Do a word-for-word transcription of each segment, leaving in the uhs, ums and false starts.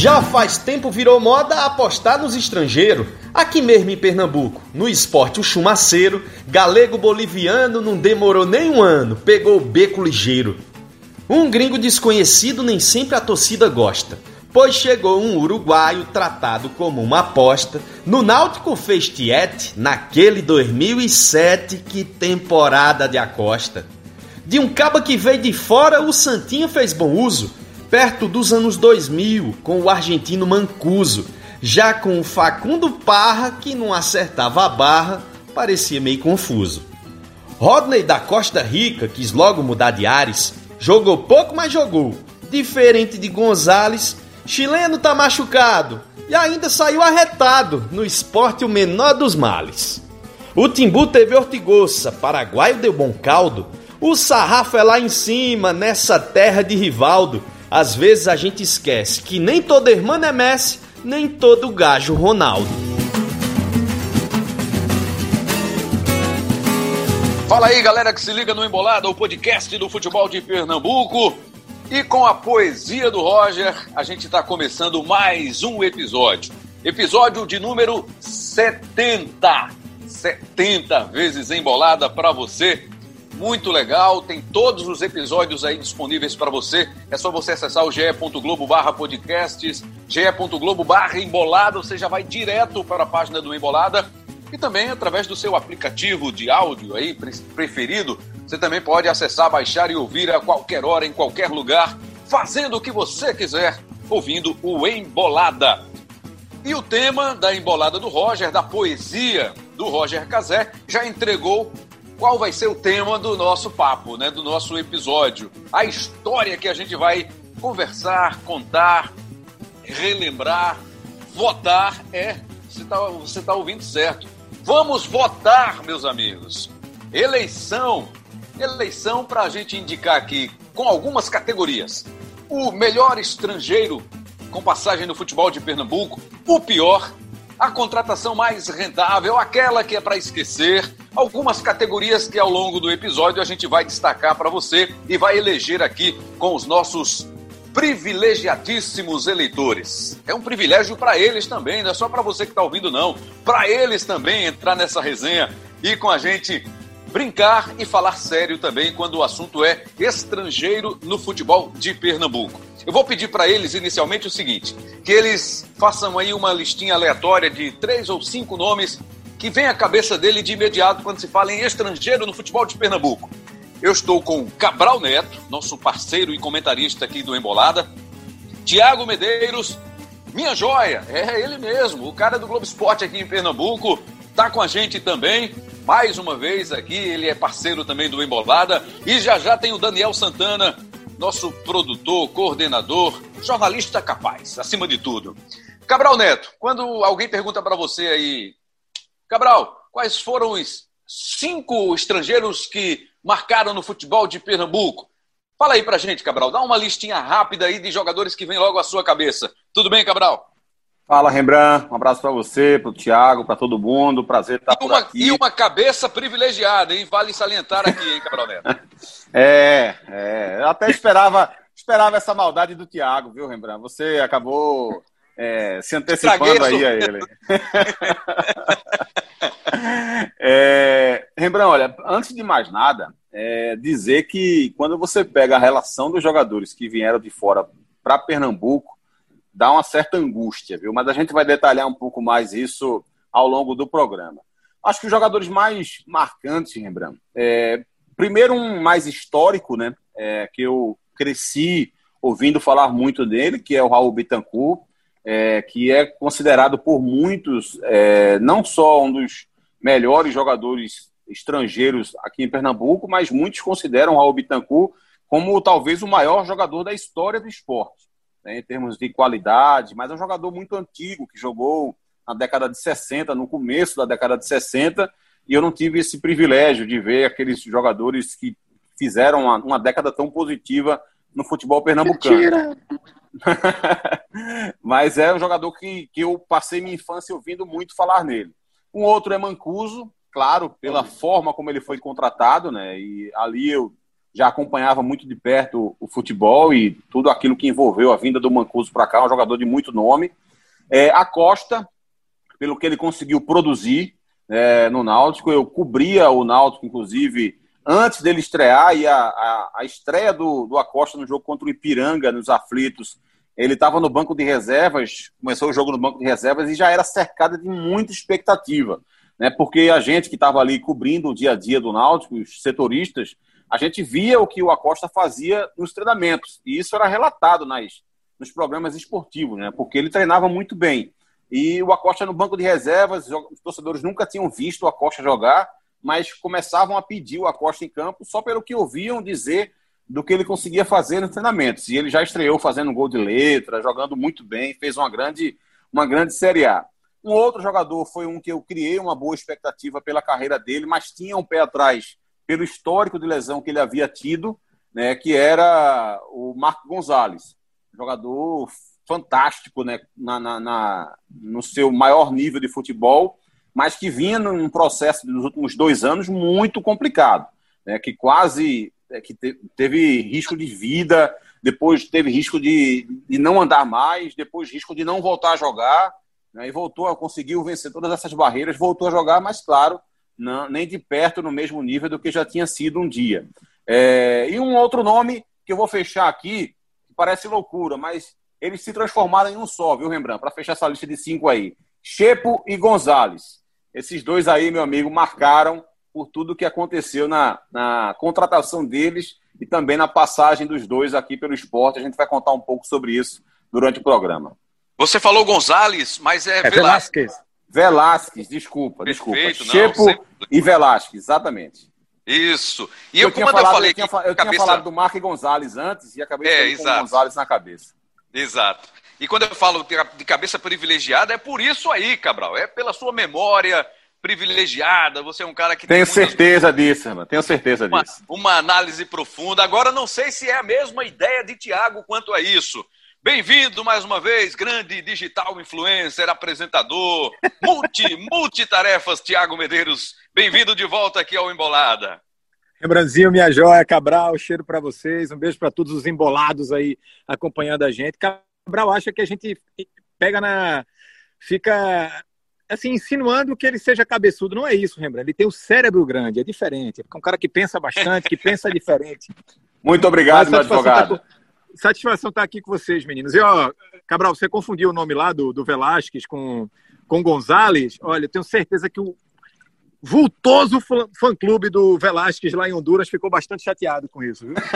Já faz tempo virou moda apostar nos estrangeiros. Aqui mesmo em Pernambuco, no esporte o chumaceiro, galego boliviano não demorou nem um ano, pegou o beco ligeiro. Um gringo desconhecido nem sempre a torcida gosta, pois chegou um uruguaio tratado como uma aposta. No Náutico fez tiete, naquele dois mil e sete, que temporada de Acosta. De um caba que veio de fora, o Santinho fez bom uso, perto dos anos dois mil, com o argentino Mancuso. Já com o Facundo Parra, que não acertava a barra, parecia meio confuso. Rodney da Costa Rica quis logo mudar de ares, jogou pouco, mas jogou. Diferente de Gonzalez, chileno tá machucado e ainda saiu arretado, no esporte o menor dos males. O Timbu teve Ortigoça, paraguaio deu bom caldo, o sarrafo é lá em cima, nessa terra de Rivaldo. Às vezes a gente esquece que nem todo irmão é Messi, nem todo gajo Ronaldo. Fala aí, galera que se liga no Embolada, o podcast do futebol de Pernambuco. E com a poesia do Roger, a gente está começando mais um episódio. Episódio de número setenta. setenta vezes Embolada para você. Muito legal, tem todos os episódios aí disponíveis para você. É só você acessar o ge.globo barra podcasts, ge.globo barra Embolada, você já vai direto para a página do Embolada. E também através do seu aplicativo de áudio aí preferido, você também pode acessar, baixar e ouvir a qualquer hora, em qualquer lugar, fazendo o que você quiser, ouvindo o Embolada. E o tema da Embolada do Roger, da poesia do Roger Cazé, já entregou qual vai ser o tema do nosso papo, né, do nosso episódio. A história que a gente vai conversar, contar, relembrar, votar. É, você está você tá ouvindo certo. Vamos votar, meus amigos. Eleição. Eleição para a gente indicar aqui, com algumas categorias. O melhor estrangeiro com passagem no futebol de Pernambuco. O pior. A contratação mais rentável, aquela que é para esquecer. Algumas categorias que ao longo do episódio a gente vai destacar para você e vai eleger aqui com os nossos privilegiadíssimos eleitores. É um privilégio para eles também, não é só para você que está ouvindo não. Para eles também entrar nessa resenha e com a gente brincar e falar sério também quando o assunto é estrangeiro no futebol de Pernambuco. Eu vou pedir para eles inicialmente o seguinte, que eles façam aí uma listinha aleatória de três ou cinco nomes que vem à cabeça dele de imediato quando se fala em estrangeiro no futebol de Pernambuco. Eu estou com Cabral Neto, nosso parceiro e comentarista aqui do Embolada, Tiago Medeiros, minha joia, é ele mesmo, o cara do Globo Esporte aqui em Pernambuco, tá com a gente também, mais uma vez aqui, ele é parceiro também do Embolada, e já já tem o Daniel Santana, nosso produtor, coordenador, jornalista capaz, acima de tudo. Cabral Neto, quando alguém pergunta para você aí, Cabral, quais foram os cinco estrangeiros que marcaram no futebol de Pernambuco? Fala aí pra gente, Cabral, dá uma listinha rápida aí de jogadores que vem logo à sua cabeça. Tudo bem, Cabral? Fala, Rembrandt, um abraço para você, para o Thiago, para todo mundo, prazer estar e uma, por aqui. E uma cabeça privilegiada, hein? Vale salientar aqui, hein, Cabral Neto? é, é, eu até esperava, esperava essa maldade do Thiago, viu, Rembrandt? Você acabou é, se antecipando aí a ele. é, Rembrandt, olha, antes de mais nada, é, dizer que quando você pega a relação dos jogadores que vieram de fora para Pernambuco, dá uma certa angústia, viu? Mas a gente vai detalhar um pouco mais isso ao longo do programa. Acho que os jogadores mais marcantes, Rembrandt, é, primeiro um mais histórico, né? É, que eu cresci ouvindo falar muito dele, que é o Raul Bittencourt, é, que é considerado por muitos, é, não só um dos melhores jogadores estrangeiros aqui em Pernambuco, mas muitos consideram o Raul Bittencourt como talvez o maior jogador da história do esporte, em termos de qualidade, mas é um jogador muito antigo, que jogou na década de sessenta, no começo da década de sessenta, e eu não tive esse privilégio de ver aqueles jogadores que fizeram uma, uma década tão positiva no futebol pernambucano. Mentira! Mas é um jogador que, que eu passei minha infância ouvindo muito falar nele. Um outro é Mancuso, claro, pela forma como ele foi contratado, né? E ali eu já acompanhava muito de perto o, o futebol e tudo aquilo que envolveu a vinda do Mancuso para cá, um jogador de muito nome. É, a Costa, pelo que ele conseguiu produzir é, no Náutico, eu cobria o Náutico, inclusive, antes dele estrear, e a, a, a estreia do, do Acosta no jogo contra o Ipiranga, nos aflitos, ele estava no banco de reservas, começou o jogo no banco de reservas e já era cercado de muita expectativa, né? Porque a gente que estava ali cobrindo o dia a dia do Náutico, os setoristas, a gente via o que o Acosta fazia nos treinamentos, e isso era relatado nas, nos programas esportivos, né? Porque ele treinava muito bem. E o Acosta no banco de reservas, os torcedores nunca tinham visto o Acosta jogar, mas começavam a pedir o Acosta em campo só pelo que ouviam dizer do que ele conseguia fazer nos treinamentos. E ele já estreou fazendo gol de letra, jogando muito bem, fez uma grande, uma grande Série A. Um outro jogador foi um que eu criei uma boa expectativa pela carreira dele, mas tinha um pé atrás pelo histórico de lesão que ele havia tido, né, que era o Marco Gonzalez, jogador fantástico, né, na, na, na, no seu maior nível de futebol, mas que vinha num processo dos últimos dois anos muito complicado, né, que quase que te, teve risco de vida, depois teve risco de, de não andar mais, depois risco de não voltar a jogar, né, e voltou a conseguir vencer todas essas barreiras, voltou a jogar, mas claro, não, nem de perto no mesmo nível do que já tinha sido um dia. É, e um outro nome que eu vou fechar aqui, que parece loucura, mas eles se transformaram em um só, viu, Rembrandt? Para fechar essa lista de cinco aí. Chepo e Gonzalez. Esses dois aí, meu amigo, marcaram por tudo que aconteceu na, na contratação deles e também na passagem dos dois aqui pelo esporte. A gente vai contar um pouco sobre isso durante o programa. Você falou Gonzalez, mas é, é Velasquez. Velasquez, desculpa, Perfeito, desculpa. Chepo sempre... e Velasquez, exatamente. Isso. E eu, eu, tinha como falado, eu falei eu tinha, que eu cabeça... tinha falado do Marco Gonzalez antes e acabei é, ficando com o Gonzalez na cabeça. Exato. E quando eu falo de cabeça privilegiada, é por isso aí, Cabral. É pela sua memória privilegiada. Você é um cara que Tenho tem certeza muitas... disso, irmão. Tenho certeza uma, disso. Uma análise profunda. Agora, não sei se é a mesma ideia de Thiago quanto a isso. Bem-vindo mais uma vez, grande digital influencer, apresentador, multi, multitarefas, Thiago Medeiros. Bem-vindo de volta aqui ao Embolada. Rembrandtzinho, minha joia, Cabral, cheiro para vocês, um beijo para todos os embolados aí acompanhando a gente. Cabral acha que a gente pega na... fica, assim, insinuando que ele seja cabeçudo. Não é isso, Rembrandt. Ele tem o cérebro grande, é diferente. É um cara que pensa bastante, que pensa diferente. Muito obrigado, meu advogado. Tá... Satisfação estar aqui com vocês, meninos. E, ó, Cabral, você confundiu o nome lá do, do Velasquez com, com Gonzalez. Olha, eu tenho certeza que o vultoso fã-clube do Velasquez lá em Honduras ficou bastante chateado com isso, viu?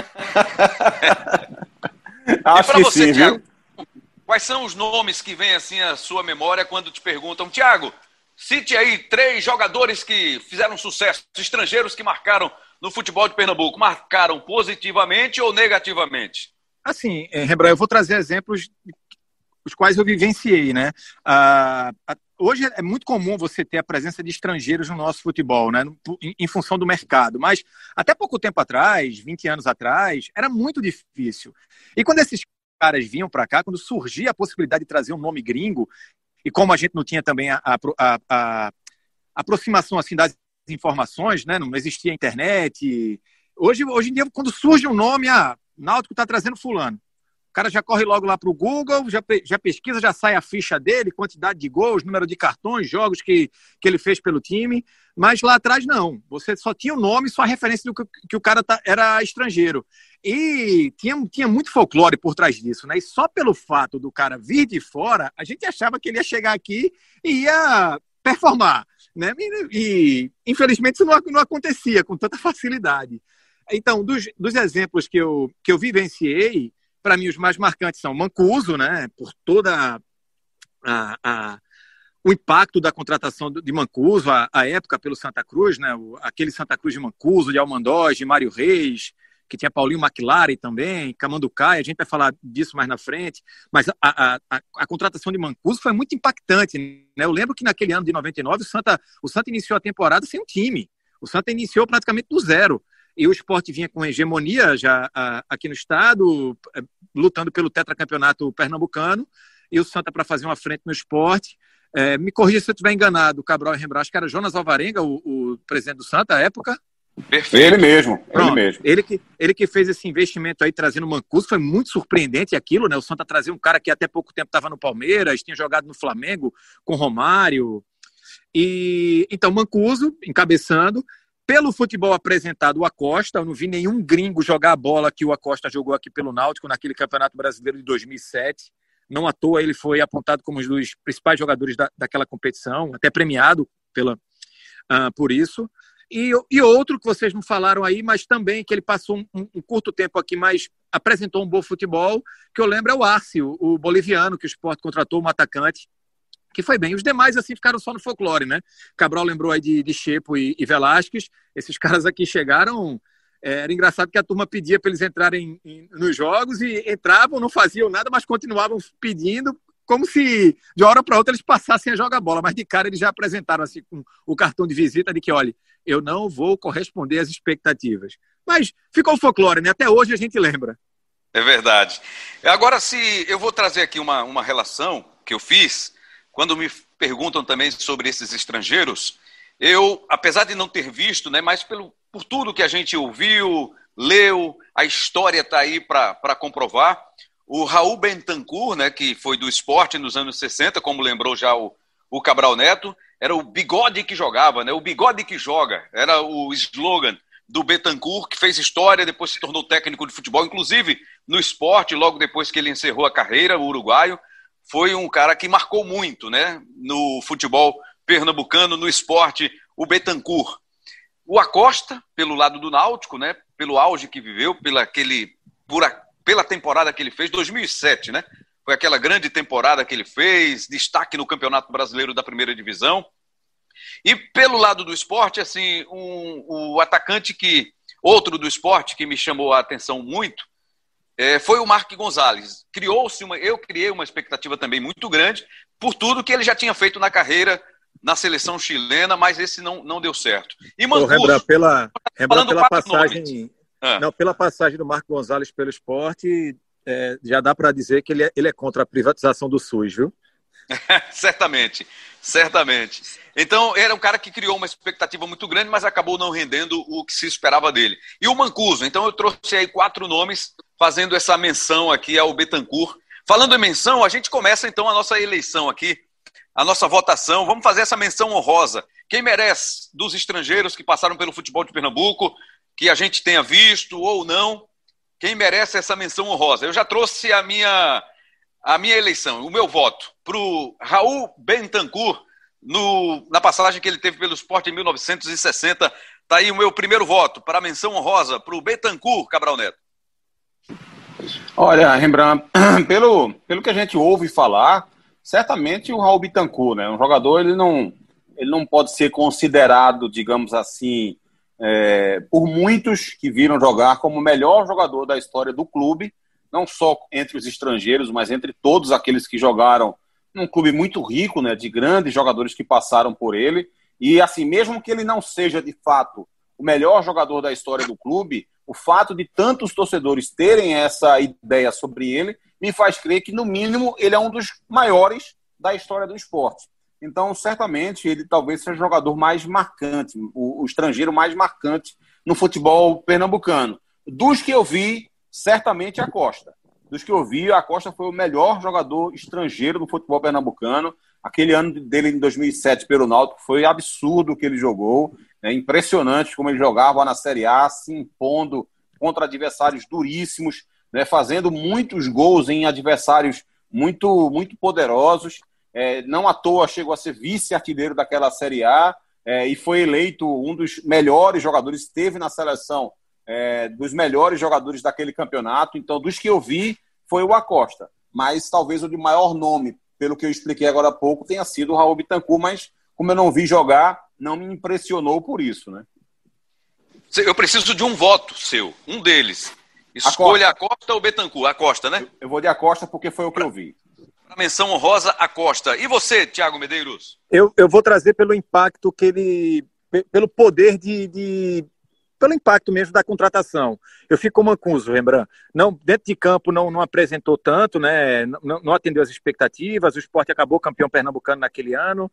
Acho que você, sim, Thiago, viu? Quais são os nomes que vêm assim à sua memória quando te perguntam, Thiago, cite aí três jogadores que fizeram sucesso, estrangeiros que marcaram no futebol de Pernambuco, marcaram positivamente ou negativamente? Assim, Rembrandt, eu vou trazer exemplos os quais eu vivenciei, né? Ah, hoje é muito comum você ter a presença de estrangeiros no nosso futebol, né? Em, em função do mercado, mas até pouco tempo atrás, vinte anos atrás, era muito difícil. E quando esses caras vinham para cá, quando surgia a possibilidade de trazer um nome gringo, e como a gente não tinha também a, a, a, a aproximação assim, das informações, né? Não existia internet. Hoje, hoje em dia, quando surge um nome, ah, Náutico está trazendo fulano. O cara já corre logo lá para o Google, já, já pesquisa, já sai a ficha dele, quantidade de gols, número de cartões, jogos que, que ele fez pelo time. Mas lá atrás, não. Você só tinha o nome, só a referência do que, que o cara tá, era estrangeiro. E tinha, tinha muito folclore por trás disso, né? E só pelo fato do cara vir de fora, a gente achava que ele ia chegar aqui e ia performar, né? E, e infelizmente, isso não, não acontecia com tanta facilidade. Então, dos, dos exemplos que eu, que eu vivenciei, para mim, os mais marcantes são Mancuso, né? Por toda a, a, o impacto da contratação de Mancuso, a, a época pelo Santa Cruz, né? O, aquele Santa Cruz de Mancuso, de Almandós, de Mário Reis, que tinha Paulinho McLaren também, Camanducaia, a gente vai falar disso mais na frente, mas a, a, a, a contratação de Mancuso foi muito impactante, né? Eu lembro que naquele ano de noventa e nove, o Santa, o Santa iniciou a temporada sem um time. O Santa iniciou praticamente do zero. E o Sport vinha com hegemonia já a, aqui no estado, a, lutando pelo tetracampeonato pernambucano, e o Santa para fazer uma frente no Sport. É, me corrija se eu estiver enganado, Cabral e Rembrandt, acho que era Jonas Alvarenga, o, o presidente do Santa à época. Perfeito. Ele mesmo, Pronto, ele mesmo. Ele que, ele que fez esse investimento aí trazendo o Mancuso, foi muito surpreendente aquilo, né? O Santa trazia um cara que até pouco tempo estava no Palmeiras, tinha jogado no Flamengo com Romário. E então Mancuso encabeçando. Pelo futebol apresentado, o Acosta, eu não vi nenhum gringo jogar a bola que o Acosta jogou aqui pelo Náutico naquele Campeonato Brasileiro de dois mil e sete. Não à toa ele foi apontado como um dos principais jogadores da, daquela competição, até premiado pela, uh, por isso. E, e outro que vocês não falaram aí, mas também que ele passou um, um curto tempo aqui, mas apresentou um bom futebol, que eu lembro é o Arce, o, o boliviano, que o Sport contratou, um atacante, que foi bem. Os demais, assim, ficaram só no folclore, né? Cabral lembrou aí de, de Chepo e, e Velasquez. Esses caras aqui chegaram... É, era engraçado que a turma pedia para eles entrarem em, nos jogos e entravam, não faziam nada, mas continuavam pedindo, como se de uma hora para outra eles passassem a jogar bola. Mas de cara eles já apresentaram assim, com o cartão de visita de que, olha, eu não vou corresponder às expectativas. Mas ficou o folclore, né? Até hoje a gente lembra. É verdade. Agora, se eu vou trazer aqui uma, uma relação que eu fiz... Quando me perguntam também sobre esses estrangeiros, eu, apesar de não ter visto, né, mas pelo, por tudo que a gente ouviu, leu, a história está aí para comprovar, o Raul Bentancur, né, que foi do Sport nos anos sessenta, como lembrou já o, o Cabral Neto, era o bigode que jogava, né, o bigode que joga, era o slogan do Bentancur, que fez história, depois se tornou técnico de futebol, inclusive no Sport, logo depois que ele encerrou a carreira, o uruguaio. Foi um cara que marcou muito, né, no futebol pernambucano, no esporte, o Bentancur. O Acosta, pelo lado do Náutico, né, pelo auge que viveu, pela, aquele, por a, pela temporada que ele fez, dois mil e sete, né, foi aquela grande temporada que ele fez, destaque no Campeonato Brasileiro da Primeira Divisão. E pelo lado do esporte, assim, um, o atacante que, outro do esporte que me chamou a atenção muito, É, foi o Marc Gonzalez. Criou-se uma, eu criei uma expectativa também muito grande por tudo que ele já tinha feito na carreira na seleção chilena, mas esse não, não deu certo. E Mancuso, Rembrandt, pela, Rembrandt, pela passagem, ah. não, pela passagem do Marc Gonzalez pelo esporte, é, já dá para dizer que ele é, ele é contra a privatização do SUS, viu? certamente, certamente. Então, era um cara que criou uma expectativa muito grande, mas acabou não rendendo o que se esperava dele. E o Mancuso, então eu trouxe aí quatro nomes fazendo essa menção aqui ao Bentancur. Falando em menção, a gente começa então a nossa eleição aqui, a nossa votação. Vamos fazer essa menção honrosa. Quem merece dos estrangeiros que passaram pelo futebol de Pernambuco, que a gente tenha visto ou não, quem merece essa menção honrosa? Eu já trouxe a minha... a minha eleição, o meu voto, para o Raul Bentancur, no, na passagem que ele teve pelo Sport em mil novecentos e sessenta. Está aí o meu primeiro voto, para a menção honrosa, para o Bentancur, Cabral Neto. Olha, Rembrandt, pelo, pelo que a gente ouve falar, certamente o Raul Bentancur, né, um jogador, ele não, ele não pode ser considerado, digamos assim, é, por muitos que viram jogar como o melhor jogador da história do clube, não só entre os estrangeiros, mas entre todos aqueles que jogaram num clube muito rico, né, de grandes jogadores que passaram por ele. E assim, mesmo que ele não seja de fato o melhor jogador da história do clube, o fato de tantos torcedores terem essa ideia sobre ele me faz crer que, no mínimo, ele é um dos maiores da história do esporte. Então, certamente, ele talvez seja o jogador mais marcante, o, o estrangeiro mais marcante no futebol pernambucano. Dos que eu vi, certamente a Costa. Dos que eu vi, a Costa foi o melhor jogador estrangeiro no futebol pernambucano. Aquele ano dele em dois mil e sete pelo Náutico foi absurdo o que ele jogou. É impressionante como ele jogava na Série A, se impondo contra adversários duríssimos, né, fazendo muitos gols em adversários muito, muito poderosos. É, não à toa chegou a ser vice-artilheiro daquela Série A é, e foi eleito um dos melhores jogadores, esteve na seleção É, dos melhores jogadores daquele campeonato. Então, dos que eu vi, foi o Acosta. Mas talvez o de maior nome, pelo que eu expliquei agora há pouco, tenha sido o Raul Bentancur, mas como eu não vi jogar, não me impressionou por isso, né? Eu preciso de um voto seu, um deles. Escolha Acosta, Acosta ou Bentancur? Acosta, né? Eu, eu vou de Acosta porque foi o que eu vi. Para menção honrosa, Acosta. E você, Thiago Medeiros? Eu, eu vou trazer pelo impacto que ele... pelo poder de... de... pelo impacto mesmo da contratação. Eu fico com o Mancuso, Rembrandt. Não, dentro de campo não, não apresentou tanto, né? não, não atendeu as expectativas, o Sport acabou campeão pernambucano naquele ano,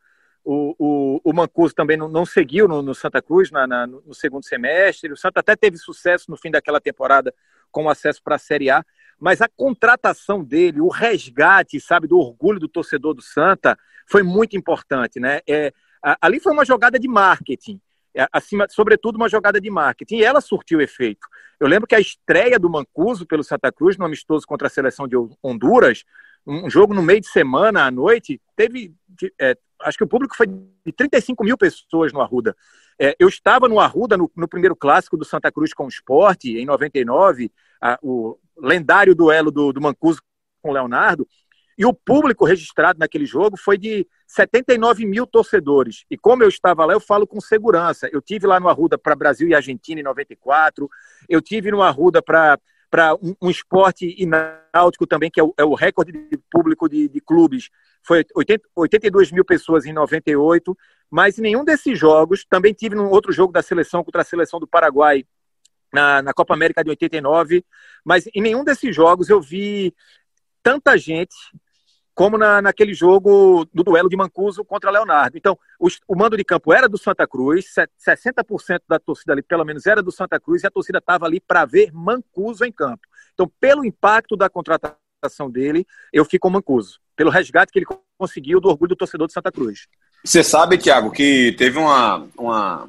O, o, o Mancuso também não, não seguiu no, no Santa Cruz na, na, no segundo semestre. O Santa até teve sucesso no fim daquela temporada com o acesso para a Série A, mas a contratação dele, o resgate, sabe, do orgulho do torcedor do Santa foi muito importante, né? É, a, ali foi uma jogada de marketing, é, acima, sobretudo uma jogada de marketing, e ela surtiu efeito. Eu lembro que a estreia do Mancuso pelo Santa Cruz, no amistoso contra a seleção de Honduras, um jogo no meio de semana à noite, teve, é, acho que o público foi de trinta e cinco mil pessoas no Arruda. É, eu estava no Arruda no, no primeiro clássico do Santa Cruz com o Sport, em noventa e nove, a, o lendário duelo do, do Mancuso com o Leonardo, e o público registrado naquele jogo foi de setenta e nove mil torcedores. E como eu estava lá, eu falo com segurança. Eu tive lá no Arruda para Brasil e Argentina em noventa e quatro, eu tive no Arruda para para um, um esporte e náutico também, que é o, é o recorde de público de, de clubes, foi oitenta, oitenta e duas mil pessoas em noventa e oito, mas em nenhum desses jogos, também tive num outro jogo da seleção contra a seleção do Paraguai, na, na Copa América de oitenta e nove, mas em nenhum desses jogos eu vi tanta gente como na, naquele jogo do duelo de Mancuso contra Leonardo. Então, o, o mando de campo era do Santa Cruz, sessenta por cento da torcida ali, pelo menos, era do Santa Cruz, e a torcida estava ali para ver Mancuso em campo. Então, pelo impacto da contratação dele, eu fico com Mancuso, pelo resgate que ele conseguiu do orgulho do torcedor de Santa Cruz. Você sabe, Thiago, que teve uma, uma,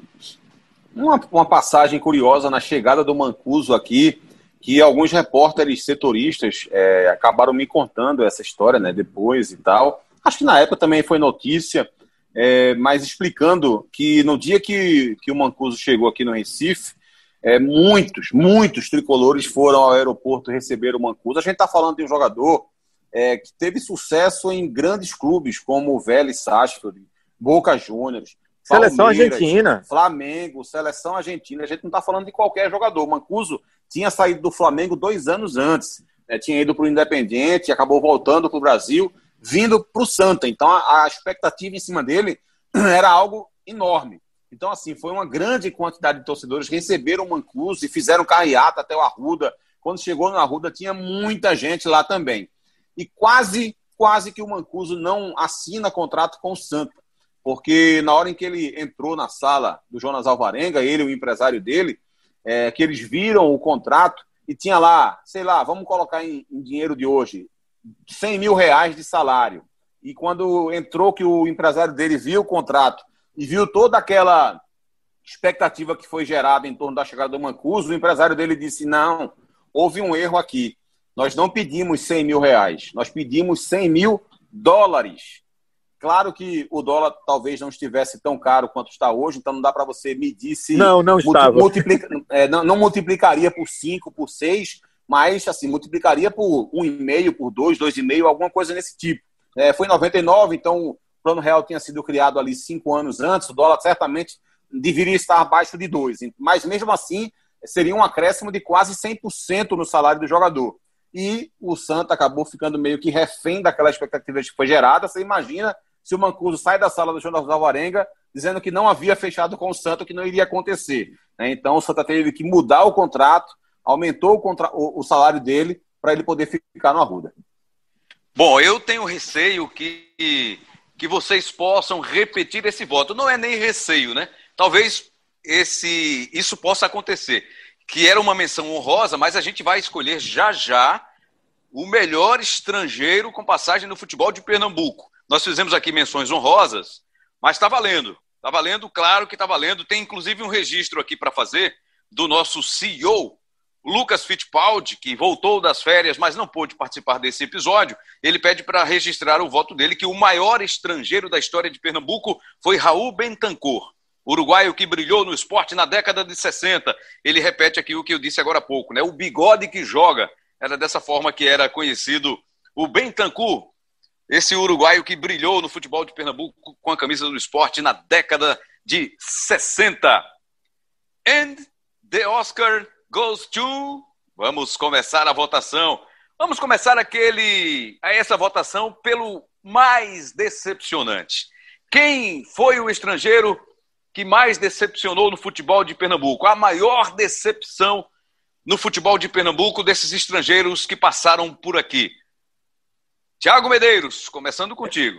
uma, uma passagem curiosa na chegada do Mancuso aqui, que alguns repórteres setoristas é, acabaram me contando essa história, né, depois e tal. Acho que na época também foi notícia, é, mas explicando que no dia que, que o Mancuso chegou aqui no Recife, é, muitos, muitos tricolores foram ao aeroporto receber o Mancuso. A gente está falando de um jogador é, que teve sucesso em grandes clubes, como o Vélez Sarsfield, Boca Juniors, Seleção Argentina, Flamengo, Seleção Argentina. A gente não está falando de qualquer jogador. O Mancuso tinha saído do Flamengo dois anos antes, né? Tinha ido para o Independiente, acabou voltando para o Brasil, vindo para o Santa. Então a, a expectativa em cima dele era algo enorme. Então, assim, foi uma grande quantidade de torcedores que receberam o Mancuso e fizeram carreata até o Arruda. Quando chegou no Arruda, tinha muita gente lá também. E quase, quase que o Mancuso não assina contrato com o Santa. Porque na hora em que ele entrou na sala do Jonas Alvarenga, ele e o empresário dele, é, que eles viram o contrato e tinha lá, sei lá, vamos colocar em, em dinheiro de hoje, cem mil reais de salário. E quando entrou que o empresário dele viu o contrato e viu toda aquela expectativa que foi gerada em torno da chegada do Mancuso, o empresário dele disse, não, houve um erro aqui. Nós não pedimos cem mil reais, nós pedimos cem mil dólares. Claro que o dólar talvez não estivesse tão caro quanto está hoje, então não dá para você medir se... Não, não estava. Multiplica, é, não, não multiplicaria por cinco, por seis, mas assim, multiplicaria por um vírgula cinco, por dois, dois vírgula cinco, alguma coisa nesse tipo. É, foi em noventa e nove, então o Plano Real tinha sido criado ali cinco anos antes, o dólar certamente deveria estar abaixo de dois. Mas mesmo assim, seria um acréscimo de quase cem por cento no salário do jogador. E o Santa acabou ficando meio que refém daquela expectativa que foi gerada. Você imagina se o Mancuso sai da sala do Jonas Alvarenga dizendo que não havia fechado com o Santa, que não iria acontecer. Então o Santa teve que mudar o contrato, aumentou o, contra... o salário dele para ele poder ficar no Arruda. Bom, eu tenho receio que, que vocês possam repetir esse voto. Não é nem receio, né? Talvez esse, isso possa acontecer. Que era uma menção honrosa, mas a gente vai escolher já já o melhor estrangeiro com passagem no futebol de Pernambuco. Nós fizemos aqui menções honrosas, mas está valendo. Está valendo, claro que está valendo. Tem inclusive um registro aqui para fazer do nosso C E O, Lucas Fittipaldi, que voltou das férias, mas não pôde participar desse episódio. Ele pede para registrar o voto dele, que o maior estrangeiro da história de Pernambuco foi Raul Bentancur, uruguaio que brilhou no esporte na década de sessenta. Ele repete aqui o que eu disse agora há pouco, né? O bigode que joga. Era dessa forma que era conhecido o Bentancur, esse uruguaio que brilhou no futebol de Pernambuco com a camisa do esporte na década de sessenta. And the Oscar goes to... Vamos começar a votação. Vamos começar aquele, a essa votação pelo mais decepcionante. Quem foi o estrangeiro que mais decepcionou no futebol de Pernambuco? A maior decepção no futebol de Pernambuco desses estrangeiros que passaram por aqui. Thiago Medeiros, começando contigo.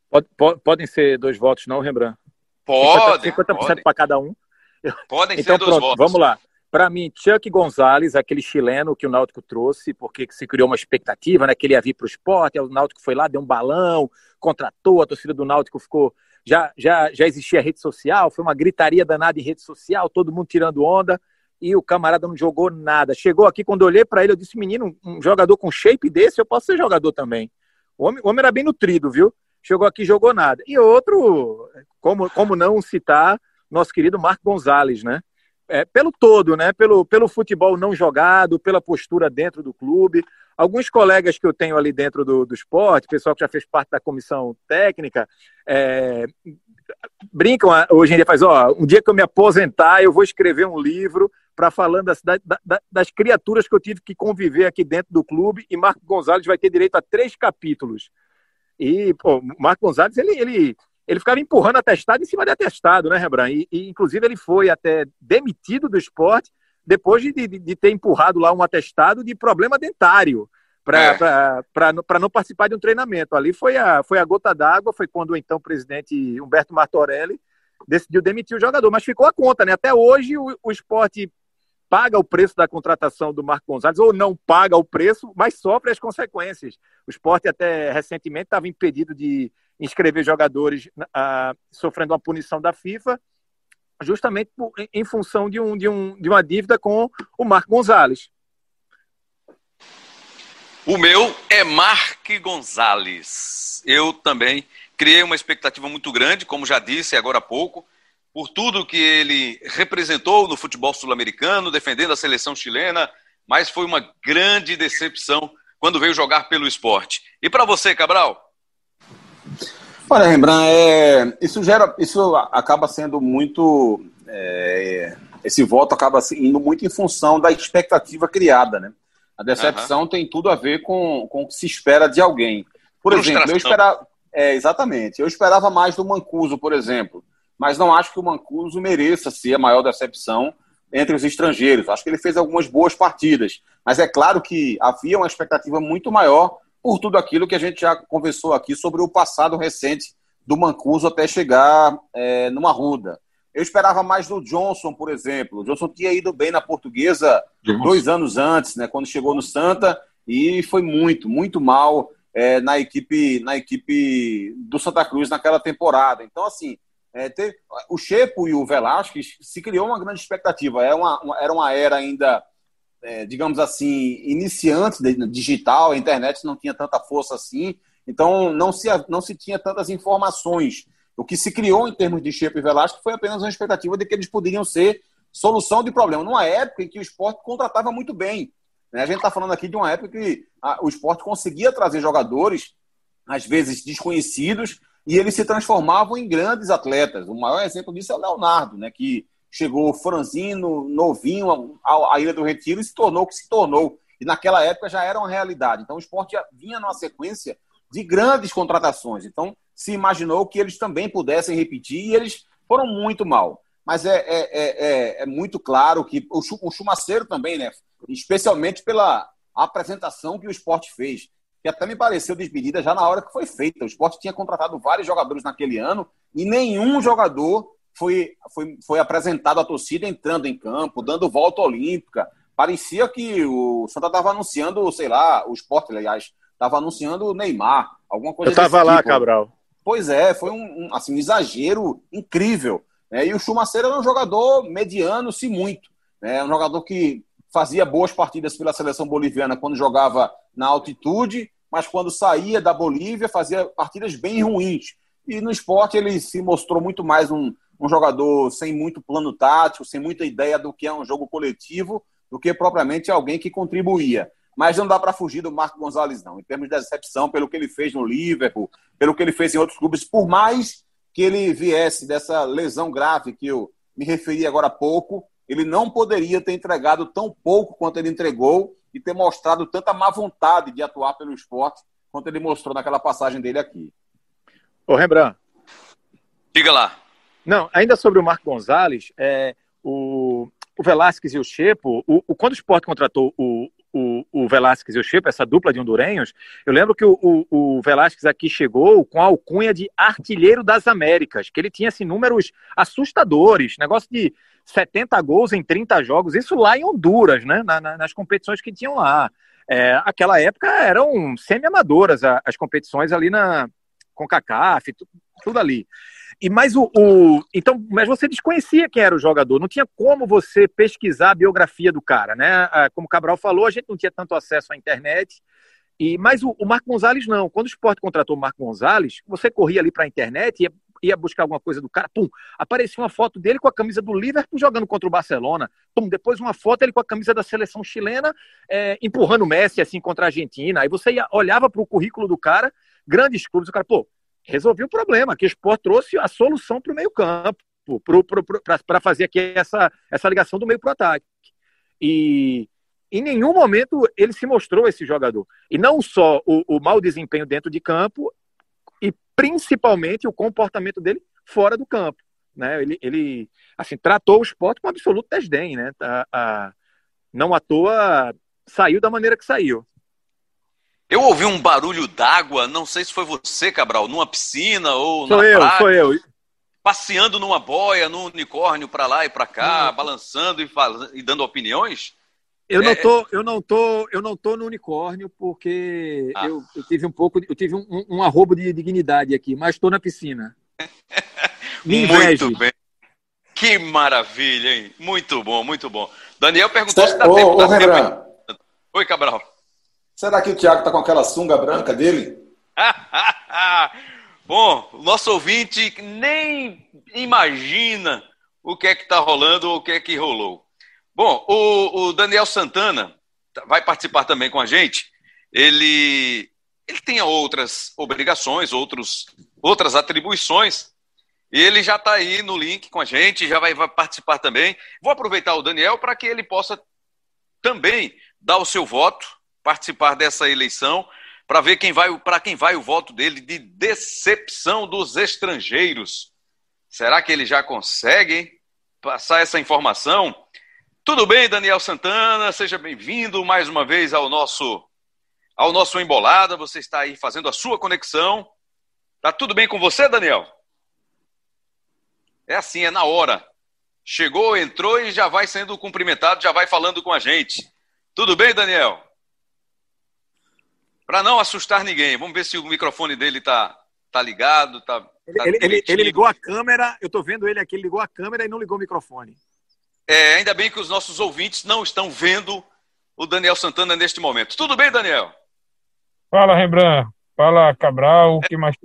Pode, pode, podem ser dois votos, não, Rembrandt? Podem. cinquenta por cento para cada um. Podem então, ser dois pronto, votos. Vamos lá. Para mim, Chuck Gonzalez, aquele chileno que o Náutico trouxe, porque se criou uma expectativa, né, que ele ia vir para o esporte, o Náutico foi lá, deu um balão, contratou, a torcida do Náutico ficou... Já, já, já existia rede social, foi uma gritaria danada em rede social, todo mundo tirando onda, e o camarada não jogou nada. Chegou aqui, quando eu olhei para ele, eu disse, menino, um jogador com shape desse, eu posso ser jogador também. O homem, o homem era bem nutrido, viu? Chegou aqui e jogou nada. E outro, como, como não citar, nosso querido Marco Gonzalez, né? É, pelo todo, né? Pelo, pelo futebol não jogado, pela postura dentro do clube. Alguns colegas que eu tenho ali dentro do, do esporte, pessoal que já fez parte da comissão técnica, é, brincam hoje em dia, faz, ó, um dia que eu me aposentar, eu vou escrever um livro para falando das, da, das criaturas que eu tive que conviver aqui dentro do clube, e Marco Gonzalez vai ter direito a três capítulos. E, pô, Marco Gonzalez, ele... ele Ele ficava empurrando atestado em cima de atestado, né, Rembrandt? E, e, inclusive, ele foi até demitido do esporte depois de, de, de ter empurrado lá um atestado de problema dentário para é. não participar de um treinamento. Ali foi a, foi a gota d'água, foi quando o então presidente Humberto Martorelli decidiu demitir o jogador. Mas ficou a conta, né? Até hoje o, o esporte paga o preço da contratação do Marco Gonzalez, ou não paga o preço, mas sofre as consequências. O esporte até recentemente estava impedido de inscrever jogadores ah, sofrendo uma punição da FIFA, justamente por, em função de, um, de, um, de uma dívida com o Marco Gonzalez. O meu é Marco Gonzalez. Eu também criei uma expectativa muito grande, como já disse agora há pouco, por tudo que ele representou no futebol sul-americano, defendendo a seleção chilena, mas foi uma grande decepção quando veio jogar pelo esporte. E para você, Cabral? Olha, Rembrandt, é, isso, gera, isso acaba sendo muito... É, esse voto acaba indo muito em função da expectativa criada, né? A decepção uhum. tem tudo a ver com, com o que se espera de alguém. Por Frustração. exemplo, eu esperava... É, exatamente. Eu esperava mais do Mancuso, por exemplo, mas não acho que o Mancuso mereça ser a maior decepção entre os estrangeiros. Acho que ele fez algumas boas partidas, mas é claro que havia uma expectativa muito maior por tudo aquilo que a gente já conversou aqui sobre o passado recente do Mancuso até chegar é, numa Arruda. Eu esperava mais do Johnson, por exemplo. O Johnson tinha ido bem na Portuguesa Johnson. dois anos antes, né, quando chegou no Santa, e foi muito, muito mal é, na, equipe, na equipe do Santa Cruz naquela temporada. Então, assim, é, teve, o Chepo e o Velasquez se criou uma grande expectativa. Era uma, uma, era uma era ainda... É, digamos assim, iniciantes de, digital, a internet não tinha tanta força assim, então não se, não se tinha tantas informações. O que se criou em termos de Chepo e Velasquez foi apenas uma expectativa de que eles poderiam ser solução de problema, numa época em que o esporte contratava muito bem. Né? A gente está falando aqui de uma época que a, o esporte conseguia trazer jogadores, às vezes desconhecidos, e eles se transformavam em grandes atletas. O maior exemplo disso é o Leonardo, né, que chegou franzino, novinho à Ilha do Retiro e se tornou o que se tornou. E naquela época já era uma realidade. Então o esporte já vinha numa sequência de grandes contratações. Então se imaginou que eles também pudessem repetir e eles foram muito mal. Mas é, é, é, é muito claro que o Chumaceiro também, né? Especialmente pela apresentação que o esporte fez, que até me pareceu desmedida já na hora que foi feita. O esporte tinha contratado vários jogadores naquele ano e nenhum jogador Foi, foi, foi apresentado à torcida entrando em campo, dando volta olímpica. Parecia que o Santa estava anunciando, sei lá, o Sport, aliás, estava anunciando o Neymar, alguma coisa desse tipo. Eu estava lá, Cabral. Pois é, foi um, um, assim, um exagero incrível. Né? E o Chumaceiro era um jogador mediano, se muito. Né? Um jogador que fazia boas partidas pela seleção boliviana quando jogava na altitude, mas quando saía da Bolívia fazia partidas bem ruins. E no esporte ele se mostrou muito mais um um jogador sem muito plano tático, sem muita ideia do que é um jogo coletivo, do que propriamente alguém que contribuía. Mas não dá para fugir do Marco Gonzalez, não. Em termos de decepção, pelo que ele fez no Liverpool, pelo que ele fez em outros clubes, por mais que ele viesse dessa lesão grave que eu me referi agora há pouco, ele não poderia ter entregado tão pouco quanto ele entregou e ter mostrado tanta má vontade de atuar pelo esporte quanto ele mostrou naquela passagem dele aqui. Ô, Rembrandt. Diga lá. Não, ainda sobre o Marco Gonzalez, é, o, o Velasquez e o Chepo, o, o, quando o Sport contratou o, o, o Velasquez e o Shepa, essa dupla de hondurenhos, eu lembro que o, o, o Velasquez aqui chegou com a alcunha de artilheiro das Américas, que ele tinha assim, números assustadores, negócio de setenta gols em trinta jogos, isso lá em Honduras, né, na, na, nas competições que tinham lá. É, aquela época eram semi-amadoras as competições ali na CONCACAF, tudo, tudo ali. E mais o, o então, mas você desconhecia quem era o jogador, não tinha como você pesquisar a biografia do cara, né? Como o Cabral falou, a gente não tinha tanto acesso à internet. E mas o, o Marco Gonzalez não. Quando o Sport contratou o Marco Gonzalez, você corria ali para a internet, ia, ia buscar alguma coisa do cara, pum, aparecia uma foto dele com a camisa do Liverpool jogando contra o Barcelona, pum, depois uma foto ele com a camisa da seleção chilena é, empurrando o Messi assim contra a Argentina. Aí você ia, olhava para o currículo do cara, grandes clubes, o cara, pô, resolveu o problema, que o Sport trouxe a solução para o meio campo, para fazer aqui essa, essa ligação do meio para o ataque. E em nenhum momento ele se mostrou esse jogador. E não só o, o mau desempenho dentro de campo, e principalmente o comportamento dele fora do campo. Né? Ele, ele assim, tratou o Sport com absoluto desdém. Né? A, a, não à toa saiu da maneira que saiu. Eu ouvi um barulho d'água, não sei se foi você, Cabral, numa piscina ou sou na eu, praia. Sou eu, passeando numa boia, num unicórnio para lá e para cá, hum. balançando e, falando, e dando opiniões? Eu não tô, eu não tô, eu não tô no unicórnio porque ah. eu, eu tive um pouco, eu tive um, um arrobo de dignidade aqui, mas estou na piscina. Muito bem. Que maravilha, hein? Muito bom, muito bom. Daniel perguntou Cê, se dá ô, tempo. Ô, dá Rembrandt. tempo. Oi, Cabral. Será que o Thiago tá com aquela sunga branca dele? Bom, o nosso ouvinte nem imagina o que é que tá rolando ou o que é que rolou. Bom, o, o Daniel Santana vai participar também com a gente. Ele, ele tem outras obrigações, outros, outras atribuições. E ele já está aí no link com a gente, já vai, vai participar também. Vou aproveitar o Daniel para que ele possa também dar o seu voto, participar dessa eleição, para ver quem vai, para quem vai o voto dele de decepção dos estrangeiros. Será que ele já consegue passar essa informação? Tudo bem, Daniel Santana? Seja bem-vindo mais uma vez ao nosso, ao nosso Embolada. Você está aí fazendo a sua conexão. Tá tudo bem com você, Daniel? É assim, é na hora. Chegou, entrou e já vai sendo cumprimentado, já vai falando com a gente. Tudo bem, Daniel? Para não assustar ninguém, vamos ver se o microfone dele tá, tá ligado. Tá, tá ele, ele, ele ligou a câmera, eu tô vendo ele aqui, ele ligou a câmera e não ligou o microfone. É, ainda bem que os nossos ouvintes não estão vendo o Daniel Santana neste momento. Tudo bem, Daniel? Fala, Rembrandt. Fala, Cabral. O que mais?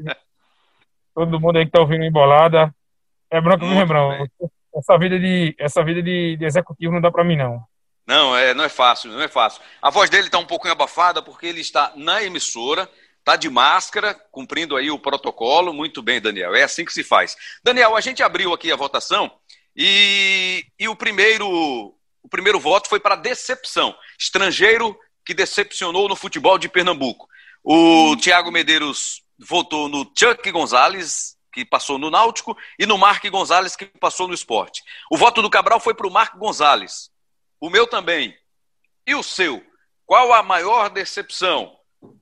Todo mundo aí que tá ouvindo Embolada. É branco, viu, Rembrandt? Essa vida, de, essa vida de, de executivo não dá para mim, não. Não, é, não é fácil, não é fácil. A voz dele está um pouquinho abafada porque ele está na emissora, está de máscara, cumprindo aí o protocolo. Muito bem, Daniel, é assim que se faz. Daniel, a gente abriu aqui a votação e, e o, primeiro, o primeiro voto foi para decepção. Estrangeiro que decepcionou no futebol de Pernambuco. O Thiago Medeiros votou no Chuck Gonzalez, que passou no Náutico, e no Marco Gonzalez, que passou no Sport. O voto do Cabral foi para o Marco Gonzalez. O meu também. E o seu? Qual a maior decepção?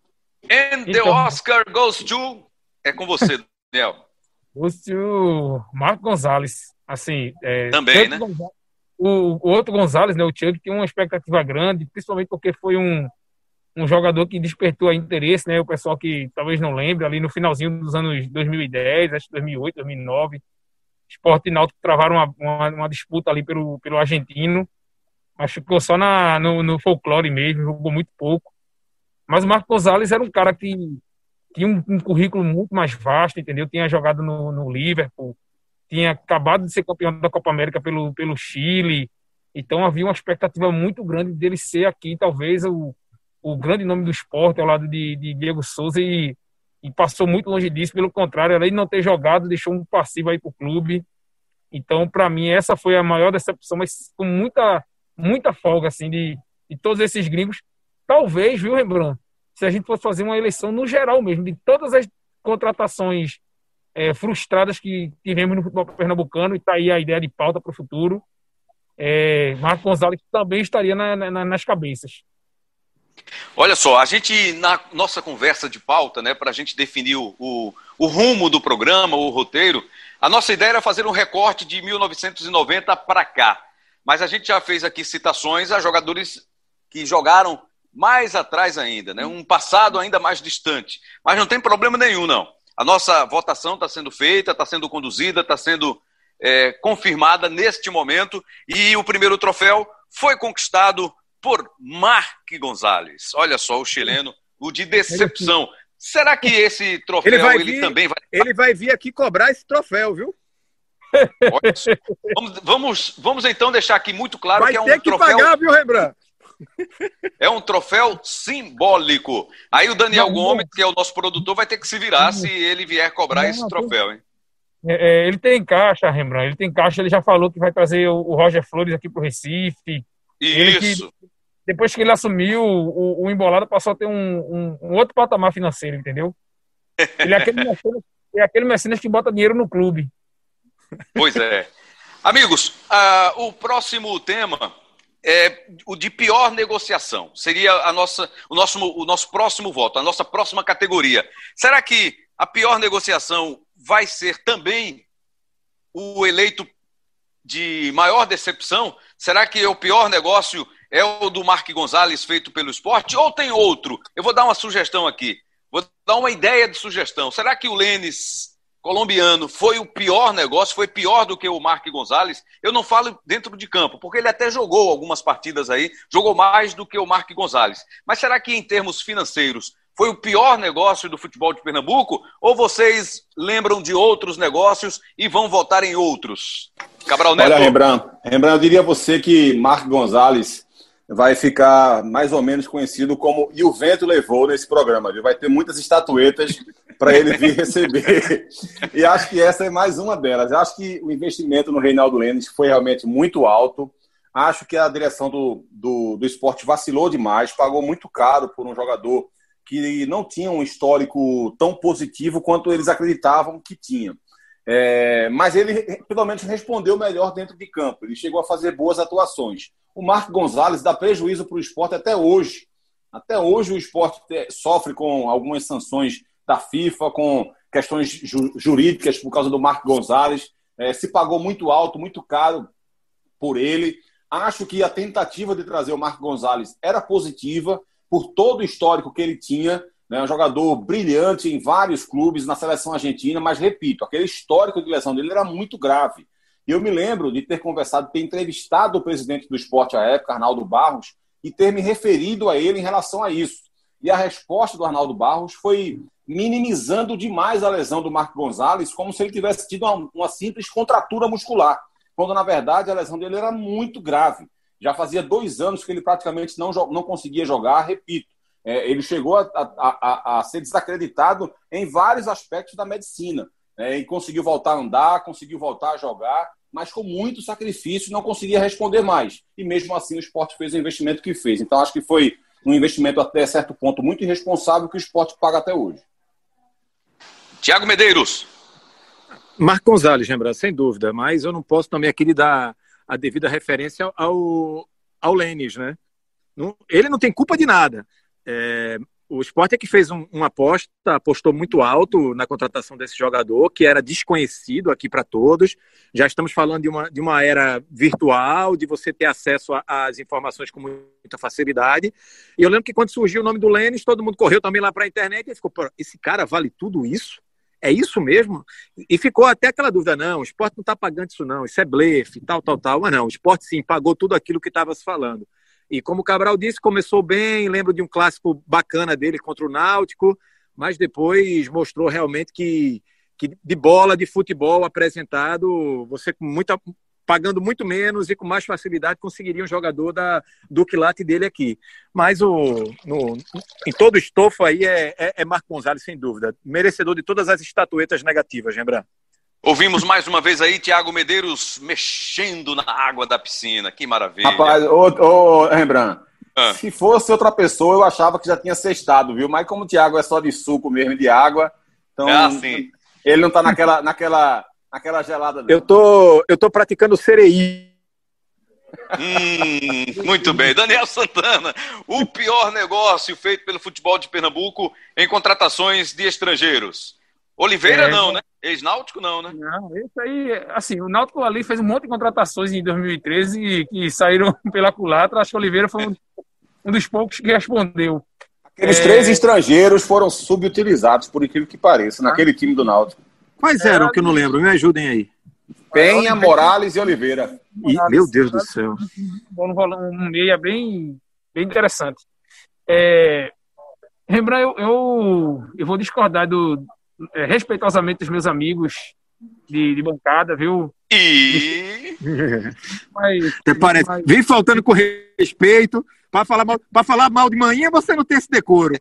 And the então, Oscar goes to... É com você, Daniel. Goes to Marco Gonzalez. Assim, é, também, né? Gonzalez, o, o outro Gonzalez, né, o Chuck, tinha uma expectativa grande, principalmente porque foi um, um jogador que despertou interesse, né? O pessoal que talvez não lembre, ali no finalzinho dos anos dois mil e dez, acho que dois mil e oito, dois mil e nove, Sport e Náutico travaram uma, uma, uma disputa ali pelo, pelo argentino. Mas ficou só na, no, no folclore mesmo, jogou muito pouco. Mas o Marco Gonzalez era um cara que tinha um, um currículo muito mais vasto, entendeu? Tinha jogado no, no Liverpool, tinha acabado de ser campeão da Copa América pelo, pelo Chile. Então havia uma expectativa muito grande dele ser aqui, talvez, o, o grande nome do esporte ao lado de, de Diego Souza, e, e passou muito longe disso. Pelo contrário, além de não ter jogado, deixou um passivo aí pro clube. Então, para mim, essa foi a maior decepção, mas com muita... muita folga, assim, de, de todos esses gringos. Talvez, viu, Rembrandt, se a gente fosse fazer uma eleição no geral mesmo, de todas as contratações é, frustradas que tivemos no futebol pernambucano, e está aí a ideia de pauta para o futuro, é, Marco Gonzalez também estaria na, na, nas cabeças. Olha só, a gente, na nossa conversa de pauta, né, para a gente definir o, o, o rumo do programa, o roteiro, a nossa ideia era fazer um recorte de mil novecentos e noventa para cá. Mas a gente já fez aqui citações a jogadores que jogaram mais atrás ainda, né, um passado ainda mais distante. Mas não tem problema nenhum, não. A nossa votação está sendo feita, está sendo conduzida, está sendo é, confirmada neste momento. E o primeiro troféu foi conquistado por Mark Gonzalez. Olha só, o chileno, o de decepção. Será que esse troféu ele, vai ele vir, também vai... Ele vai vir aqui cobrar esse troféu, viu? Olha só. Vamos, vamos, vamos então deixar aqui muito claro vai que é um ter que troféu... pagar, viu, Rembrandt? É um troféu simbólico. Aí o Daniel não, Gomes, não. que é o nosso produtor, vai ter que se virar se ele vier cobrar não, esse não, troféu, hein? É, ele tem caixa, Rembrandt. Ele tem caixa, ele já falou que vai trazer o, o Roger Flores aqui pro Recife. Ele Isso. Que, depois que ele assumiu, o, o Embolada passou a ter um, um, um outro patamar financeiro, entendeu? Ele é aquele, mecenas, é aquele mecenas que bota dinheiro no clube. Pois é. Amigos, uh, o próximo tema é o de pior negociação. Seria a nossa, o, nosso, o nosso próximo voto, a nossa próxima categoria. Será que a pior negociação vai ser também o eleito de maior decepção? Será que o pior negócio é o do Mark Gonzalez feito pelo Sport? Ou tem outro? Eu vou dar uma sugestão aqui. Vou dar uma ideia de sugestão. Será que o Lênis colombiano foi o pior negócio? Foi pior do que o Mark Gonzalez? Eu não falo dentro de campo, porque ele até jogou algumas partidas aí, jogou mais do que o Mark Gonzalez. Mas será que em termos financeiros foi o pior negócio do futebol de Pernambuco? Ou vocês lembram de outros negócios e vão votar em outros? Cabral Neto. Olha, Rembrandt, Rembrandt, eu diria a você que Mark Gonzalez vai ficar mais ou menos conhecido como E o Vento Levou nesse programa, viu? Vai ter muitas estatuetas para ele vir receber. E acho que essa é mais uma delas. Eu acho que o investimento no Reinaldo Lênis foi realmente muito alto. Acho que a direção do, do, do esporte vacilou demais, pagou muito caro por um jogador que não tinha um histórico tão positivo quanto eles acreditavam que tinha. É, mas ele, pelo menos, respondeu melhor dentro de campo. Ele chegou a fazer boas atuações. O Mark Gonzalez dá prejuízo para o esporte até hoje. Até hoje o esporte sofre com algumas sanções da FIFA, com questões ju- jurídicas por causa do Mark Gonzalez. É, se pagou muito alto, muito caro por ele. Acho que a tentativa de trazer o Mark Gonzalez era positiva por todo o histórico que ele tinha, né? Um jogador brilhante em vários clubes, na seleção argentina, mas, repito, aquele histórico de lesão dele era muito grave. E eu me lembro de ter conversado, ter entrevistado o presidente do esporte à época, Arnaldo Barros, e ter me referido a ele em relação a isso. E a resposta do Arnaldo Barros foi minimizando demais a lesão do Mark Gonzalez, como se ele tivesse tido uma, uma simples contratura muscular, quando, na verdade, a lesão dele era muito grave. Já fazia dois anos que ele praticamente não, não conseguia jogar, repito. É, ele chegou a, a, a, a ser desacreditado em vários aspectos da medicina. É, e conseguiu voltar a andar, conseguiu voltar a jogar, mas com muito sacrifício não conseguia responder mais. E mesmo assim o esporte fez o investimento que fez. Então acho que foi um investimento até certo ponto muito irresponsável que o esporte paga até hoje. Tiago Medeiros. Mark Gonzalez, Rembrandt, sem dúvida, mas eu não posso também aqui lhe dar a devida referência ao, ao Lênis, né? Não, ele não tem culpa de nada. É, o Sport é que fez um, uma aposta, apostou muito alto na contratação desse jogador, que era desconhecido aqui para todos. Já estamos falando de uma, de uma era virtual, de você ter acesso às informações com muita facilidade. E eu lembro que quando surgiu o nome do Lênis, todo mundo correu também lá para a internet e ficou, esse cara vale tudo isso? É isso mesmo? E ficou até aquela dúvida, não, o Sport não está pagando isso não, isso é blefe, tal, tal, tal. Mas não, o Sport sim, pagou tudo aquilo que estava se falando. E como o Cabral disse, começou bem, lembro de um clássico bacana dele contra o Náutico, mas depois mostrou realmente que, que de bola, de futebol apresentado, você com muita, pagando muito menos e com mais facilidade conseguiria um jogador da, do quilate dele aqui. Mas o, no, em todo o estofo aí é, é, é Marco Gonzalez, sem dúvida. Merecedor de todas as estatuetas negativas, Rembrandt. Ouvimos mais uma vez aí Tiago Medeiros mexendo na água da piscina. Que maravilha. Rapaz, ô, ô Rembrandt, ah. se fosse outra pessoa, eu achava que já tinha sextado, viu? Mas como o Tiago é só de suco mesmo, de água, então ah, sim. ele não tá naquela, naquela, naquela gelada. Não. Eu tô, eu tô praticando cereí. Hum, muito bem. Daniel Santana, o pior negócio feito pelo futebol de Pernambuco em contratações de estrangeiros. Oliveira É, não, né? Ex-Náutico não, né? Não, isso aí, assim, o Náutico ali fez um monte de contratações em dois mil e treze que saíram pela culatra. Acho que o Oliveira foi um, um dos poucos que respondeu. Aqueles É... três estrangeiros foram subutilizados, por incrível que pareça, naquele time do Náutico. Quais eram que eu não lembro? Me ajudem aí. Penha, Morales e Oliveira. Ih, meu Deus do céu. Um meia bem, bem interessante. É... Rembrandt, eu, eu, eu vou discordar do, é, respeitosamente dos meus amigos de, de bancada, viu? E... Mas, Até parece. mas... Vem faltando com respeito. Para falar, mal, falar mal de manhã, você não tem esse decoro.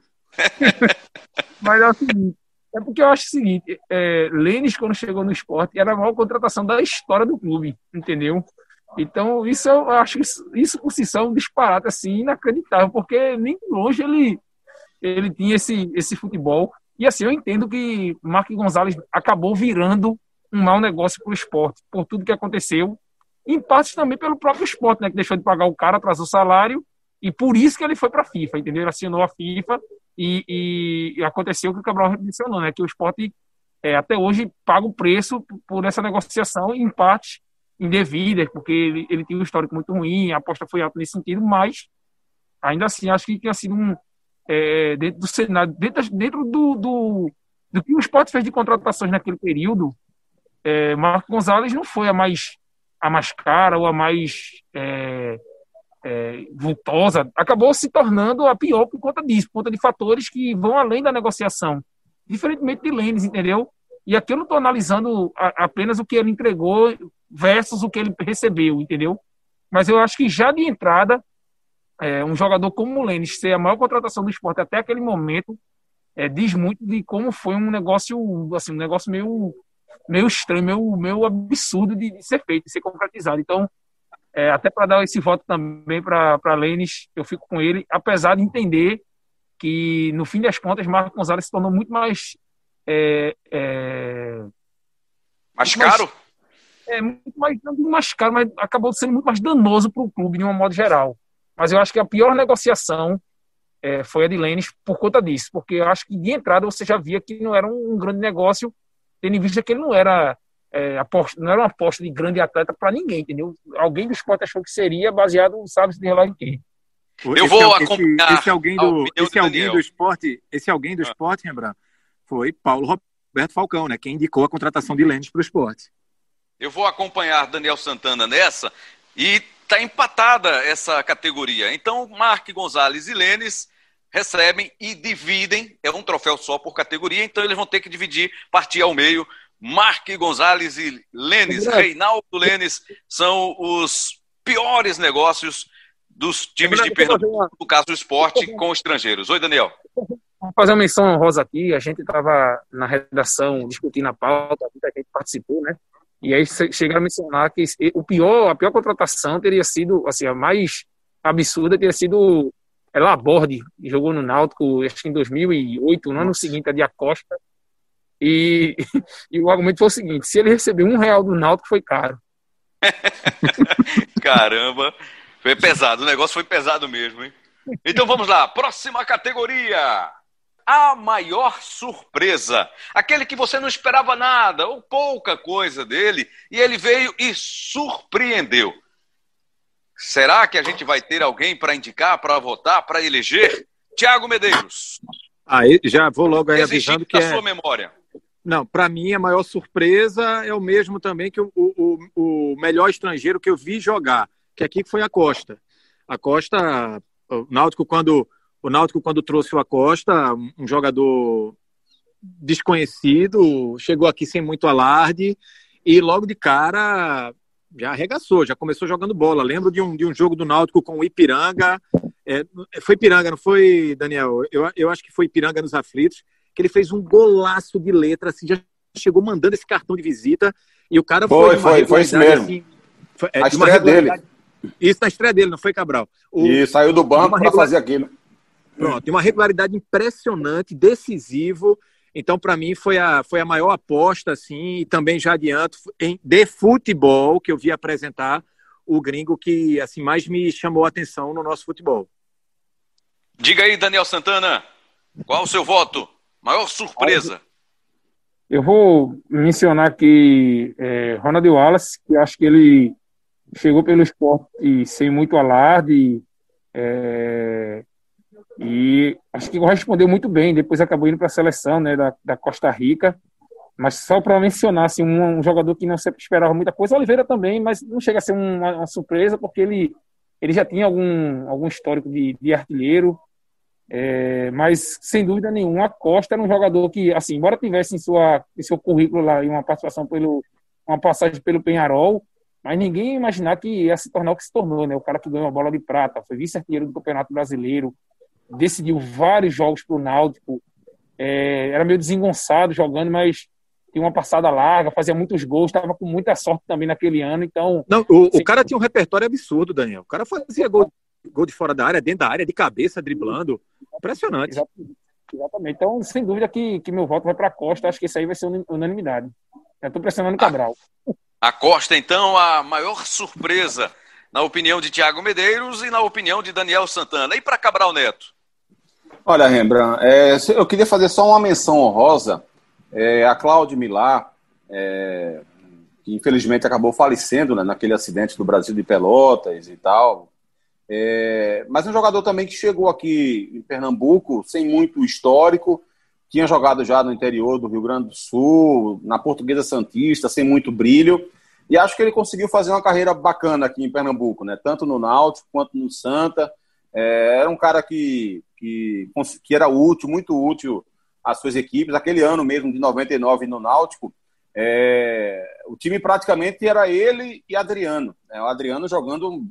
Mas é o seguinte, é porque eu acho o seguinte, é, Lênis, quando chegou no Sport, era a maior contratação da história do clube, entendeu? Então, isso eu acho isso, isso por si só é um disparate assim, inacreditável, porque nem de longe ele, ele tinha esse, esse futebol. E assim, eu entendo que Mark Gonzalez acabou virando um mau negócio para o Sport, por tudo que aconteceu, em parte também pelo próprio Sport, né, que deixou de pagar o cara, atrasou o salário, e por isso que ele foi para a FIFA, entendeu? Ele assinou a FIFA e, e aconteceu o que o Cabral mencionou, né? Que o Sport é, até hoje paga o preço por essa negociação, em parte indevida, porque ele, ele tinha um histórico muito ruim, a aposta foi alta nesse sentido, mas ainda assim acho que tinha sido um é, dentro do cenário, dentro, dentro do, do, do que o Sport fez de contratações naquele período, é, Marco Gonzalez não foi a mais a mais cara ou a mais é, É, vultosa, acabou se tornando a pior por conta disso, por conta de fatores que vão além da negociação, diferentemente de Lênis, entendeu? E aqui eu não estou analisando a, apenas o que ele entregou versus o que ele recebeu, entendeu? Mas eu acho que já de entrada, é, um jogador como o Lênis ser a maior contratação do Sport até aquele momento, é, diz muito de como foi um negócio, assim, um negócio meio, meio estranho, meio, meio absurdo de, de ser feito, de ser concretizado. Então, É, até para dar esse voto também para Lênis, eu fico com ele, apesar de entender que, no fim das contas, Marco Gonzalez se tornou muito mais... É, é, mais muito caro? Mais, é, muito mais, não muito mais caro, mas acabou sendo muito mais danoso para o clube, de um modo geral. Mas eu acho que a pior negociação é, foi a de Lênis por conta disso, porque eu acho que, de entrada, você já via que não era um, um grande negócio, tendo em vista que ele não era... É, aposta, não era uma aposta de grande atleta para ninguém, entendeu? Alguém do Sport achou que seria baseado, sabe-se de relógio em quem. Eu esse, vou esse, acompanhar esse alguém do, esse alguém do esporte, esse alguém do esporte, Rembrandt, foi Paulo Roberto Falcão, né? Quem indicou a contratação de Lênis para o esporte. Eu vou acompanhar Daniel Santana nessa e tá empatada essa categoria. Então, Mark Gonzalez e Lênis recebem e dividem, é um troféu só por categoria, então eles vão ter que dividir, partir ao meio. Mark Gonzalez e Lênis, Reinaldo Lênis, são os piores negócios dos times de Pernambuco, no caso do esporte, com estrangeiros. Oi, Daniel. Vamos fazer uma menção honrosa aqui. A gente estava na redação discutindo a pauta, muita gente participou, né? E aí chegaram a mencionar que o pior, a pior contratação teria sido, assim, a mais absurda teria sido é, Laborde, que jogou no Náutico, acho que em dois mil e oito, no ano seguinte, a de Acosta. E, e o argumento foi o seguinte: se ele recebeu um real do Náutico, foi caro. Caramba, foi pesado, o negócio foi pesado mesmo, hein? Então vamos lá, próxima categoria. A maior surpresa. Aquele que você não esperava nada, ou pouca coisa dele, e ele veio e surpreendeu. Será que a gente vai ter alguém para indicar, para votar, para eleger? Thiago Medeiros. Ah, já vou logo aí avisando que da é... sua memória. Não, para mim a maior surpresa é o mesmo também que o, o, o melhor estrangeiro que eu vi jogar, que aqui foi a Costa. A Costa, o Náutico quando, o Náutico quando trouxe o Acosta, um jogador desconhecido, chegou aqui sem muito alarde e logo de cara já arregaçou, já começou jogando bola. Lembro de um, de um jogo do Náutico com o Ipiranga, é, foi Ipiranga, não foi, Daniel? Eu, eu acho que foi Ipiranga nos aflitos, que ele fez um golaço de letra, assim, já chegou mandando esse cartão de visita, e o cara foi... Foi, foi, foi isso mesmo. Assim, foi, é, a estreia dele. Isso na estreia dele, não foi, Cabral? O, e saiu do banco para regular... fazer aquilo. Pronto, tem uma regularidade impressionante, decisivo. Então, para mim, foi a, foi a maior aposta, assim, e também já adianto, em, de futebol, que eu vi apresentar o gringo que assim mais me chamou a atenção no nosso futebol. Diga aí, Daniel Santana, qual o seu voto? Maior surpresa? Eu vou mencionar aqui é, Ronald Wallace, que acho que ele chegou pelo esporte sem muito alarde, é, e acho que correspondeu muito bem. Depois acabou indo para a seleção, né, da, da Costa Rica. Mas só para mencionar assim, um, um jogador que não sempre esperava muita coisa, Oliveira também, mas não chega a ser uma, uma surpresa, porque ele, ele já tinha algum, algum histórico de, de artilheiro. É, mas, sem dúvida nenhuma, a Costa era um jogador que, assim, embora tivesse em, sua, em seu currículo lá uma participação pelo, uma passagem pelo Peñarol, mas ninguém ia imaginar que ia se tornar o que se tornou, né? O cara que ganhou a bola de prata, foi vice-artilheiro do Campeonato Brasileiro, decidiu vários jogos para o Náutico, é, era meio desengonçado jogando, mas tinha uma passada larga, fazia muitos gols, estava com muita sorte também naquele ano, então... Não, o, assim, o cara tinha um repertório absurdo, Daniel. O cara fazia gol, gol de fora da área, dentro da área, de cabeça, driblando. Impressionante. Exatamente. Exatamente. Então, sem dúvida que, que meu voto vai para a Costa. Acho que isso aí vai ser unanimidade. Eu estou pressionando o Cabral. A Costa, então, a maior surpresa, na opinião de Thiago Medeiros e na opinião de Daniel Santana. E para Cabral Neto? Olha, Rembrandt, é, eu queria fazer só uma menção honrosa. É, a Cláudia Millar, é, que infelizmente acabou falecendo, né, naquele acidente do Brasil de Pelotas e tal. É, mas um jogador também que chegou aqui em Pernambuco sem muito histórico, tinha jogado já no interior do Rio Grande do Sul, na Portuguesa Santista, sem muito brilho, e acho que ele conseguiu fazer uma carreira bacana aqui em Pernambuco, né? Tanto no Náutico quanto no Santa. É, era um cara que, que, que era útil, muito útil às suas equipes. Aquele ano mesmo, de noventa e nove, no Náutico, é, o time praticamente era ele e Adriano, né? O Adriano jogando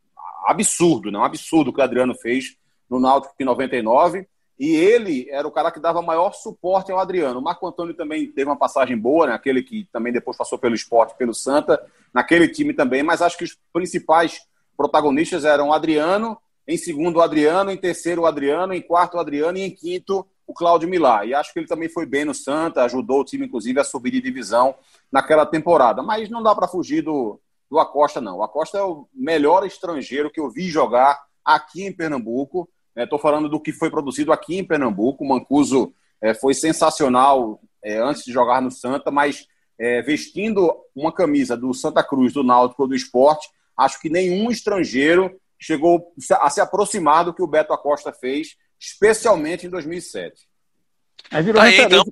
absurdo, né? Um absurdo que o Adriano fez no Náutico em noventa e nove, e ele era o cara que dava maior suporte ao Adriano. O Marco Antônio também teve uma passagem boa, né? Aquele que também depois passou pelo Sport, pelo Santa, naquele time também, mas acho que os principais protagonistas eram o Adriano, em segundo o Adriano, em terceiro o Adriano, em quarto o Adriano e em quinto o Cláudio Millar. E acho que ele também foi bem no Santa, ajudou o time, inclusive, a subir de divisão naquela temporada. Mas não dá para fugir do, do Acosta, não. O Acosta é o melhor estrangeiro que eu vi jogar aqui em Pernambuco. Estou é, falando do que foi produzido aqui em Pernambuco. O Mancuso é, foi sensacional é, antes de jogar no Santa, mas é, vestindo uma camisa do Santa Cruz, do Náutico ou do Sport, acho que nenhum estrangeiro chegou a se aproximar do que o Beto Acosta fez, especialmente em dois mil e sete. Aí virou tá aí, então.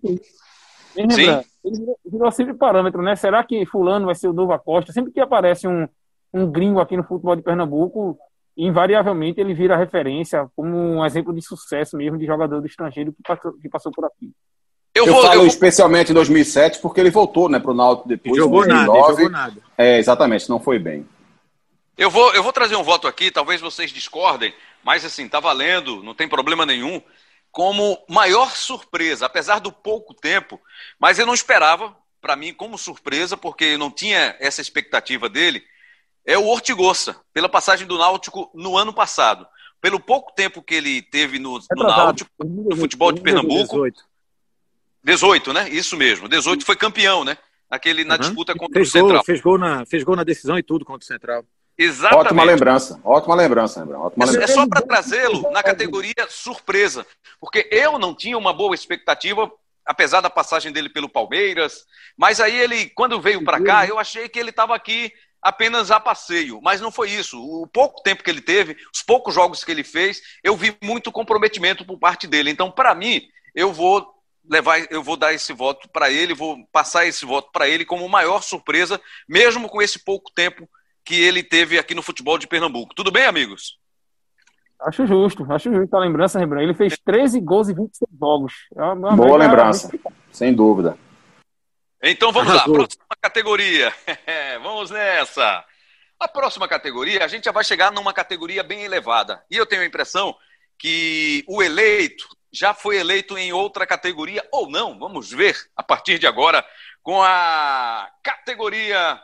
Ele virou, virou sempre parâmetro, né? Será que fulano vai ser o novo Acosta? Sempre que aparece um, um gringo aqui no futebol de Pernambuco, invariavelmente ele vira referência como um exemplo de sucesso mesmo de jogador do estrangeiro que passou, que passou por aqui. Eu, eu vou, falo eu vou... especialmente em dois mil e sete porque ele voltou, né, para o Náutico depois. Jogou em dois mil e nove. nada, jogou nada. É, exatamente, não foi bem. Eu vou, eu vou trazer um voto aqui, talvez vocês discordem, mas assim, tá valendo, não tem problema nenhum, como maior surpresa, apesar do pouco tempo, mas eu não esperava, para mim, como surpresa, porque eu não tinha essa expectativa dele, é o Ortigosa, pela passagem do Náutico no ano passado. Pelo pouco tempo que ele teve no, no Náutico, no futebol de Pernambuco. dezoito. dezoito, né? Isso mesmo. dezoito foi campeão, né? Aquele, na uhum. disputa contra fez o Central. Gol, fez, gol na, fez gol na decisão e tudo contra o Central. Exatamente. Ótima lembrança, ótima lembrança, Ótima é, lembrança. é só para trazê-lo na categoria surpresa, porque eu não tinha uma boa expectativa, apesar da passagem dele pelo Palmeiras, mas aí ele, quando veio para cá, eu achei que ele estava aqui apenas a passeio, mas não foi isso. O pouco tempo que ele teve, os poucos jogos que ele fez, eu vi muito comprometimento por parte dele. Então, para mim, eu vou levar, eu vou dar esse voto para ele, vou passar esse voto para ele como maior surpresa, mesmo com esse pouco tempo que ele teve aqui no futebol de Pernambuco. Tudo bem, amigos? Acho justo, acho justo a lembrança, Rembrandt. Ele fez treze gols e vinte e seis jogos. É uma, uma Boa mega... lembrança, sem dúvida. Então vamos lá, próxima categoria. Vamos nessa. A próxima categoria, a gente já vai chegar numa categoria bem elevada. E eu tenho a impressão que o eleito já foi eleito em outra categoria ou não. Vamos ver a partir de agora com a categoria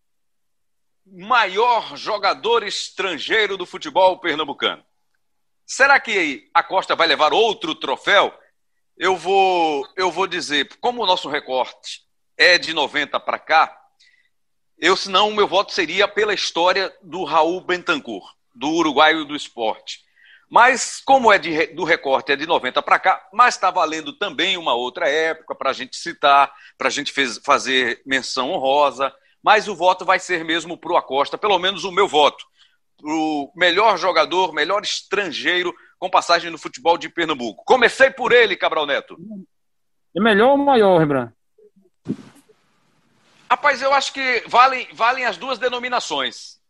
maior jogador estrangeiro do futebol pernambucano. Será que a Costa vai levar outro troféu? Eu vou, eu vou dizer, como o nosso recorte é de noventa para cá, Eu, senão, o meu voto seria pela história do Raul Bentancur, do uruguaio do esporte. Mas, como é de, do recorte, é de noventa para cá, mas está valendo também uma outra época para a gente citar, para a gente fez, fazer menção honrosa, mas o voto vai ser mesmo para o Acosta, pelo menos o meu voto. O melhor jogador, melhor estrangeiro com passagem no futebol de Pernambuco. Comecei por ele, Cabral Neto. É melhor ou maior, Rembrandt? Rapaz, eu acho que valem, valem as duas denominações.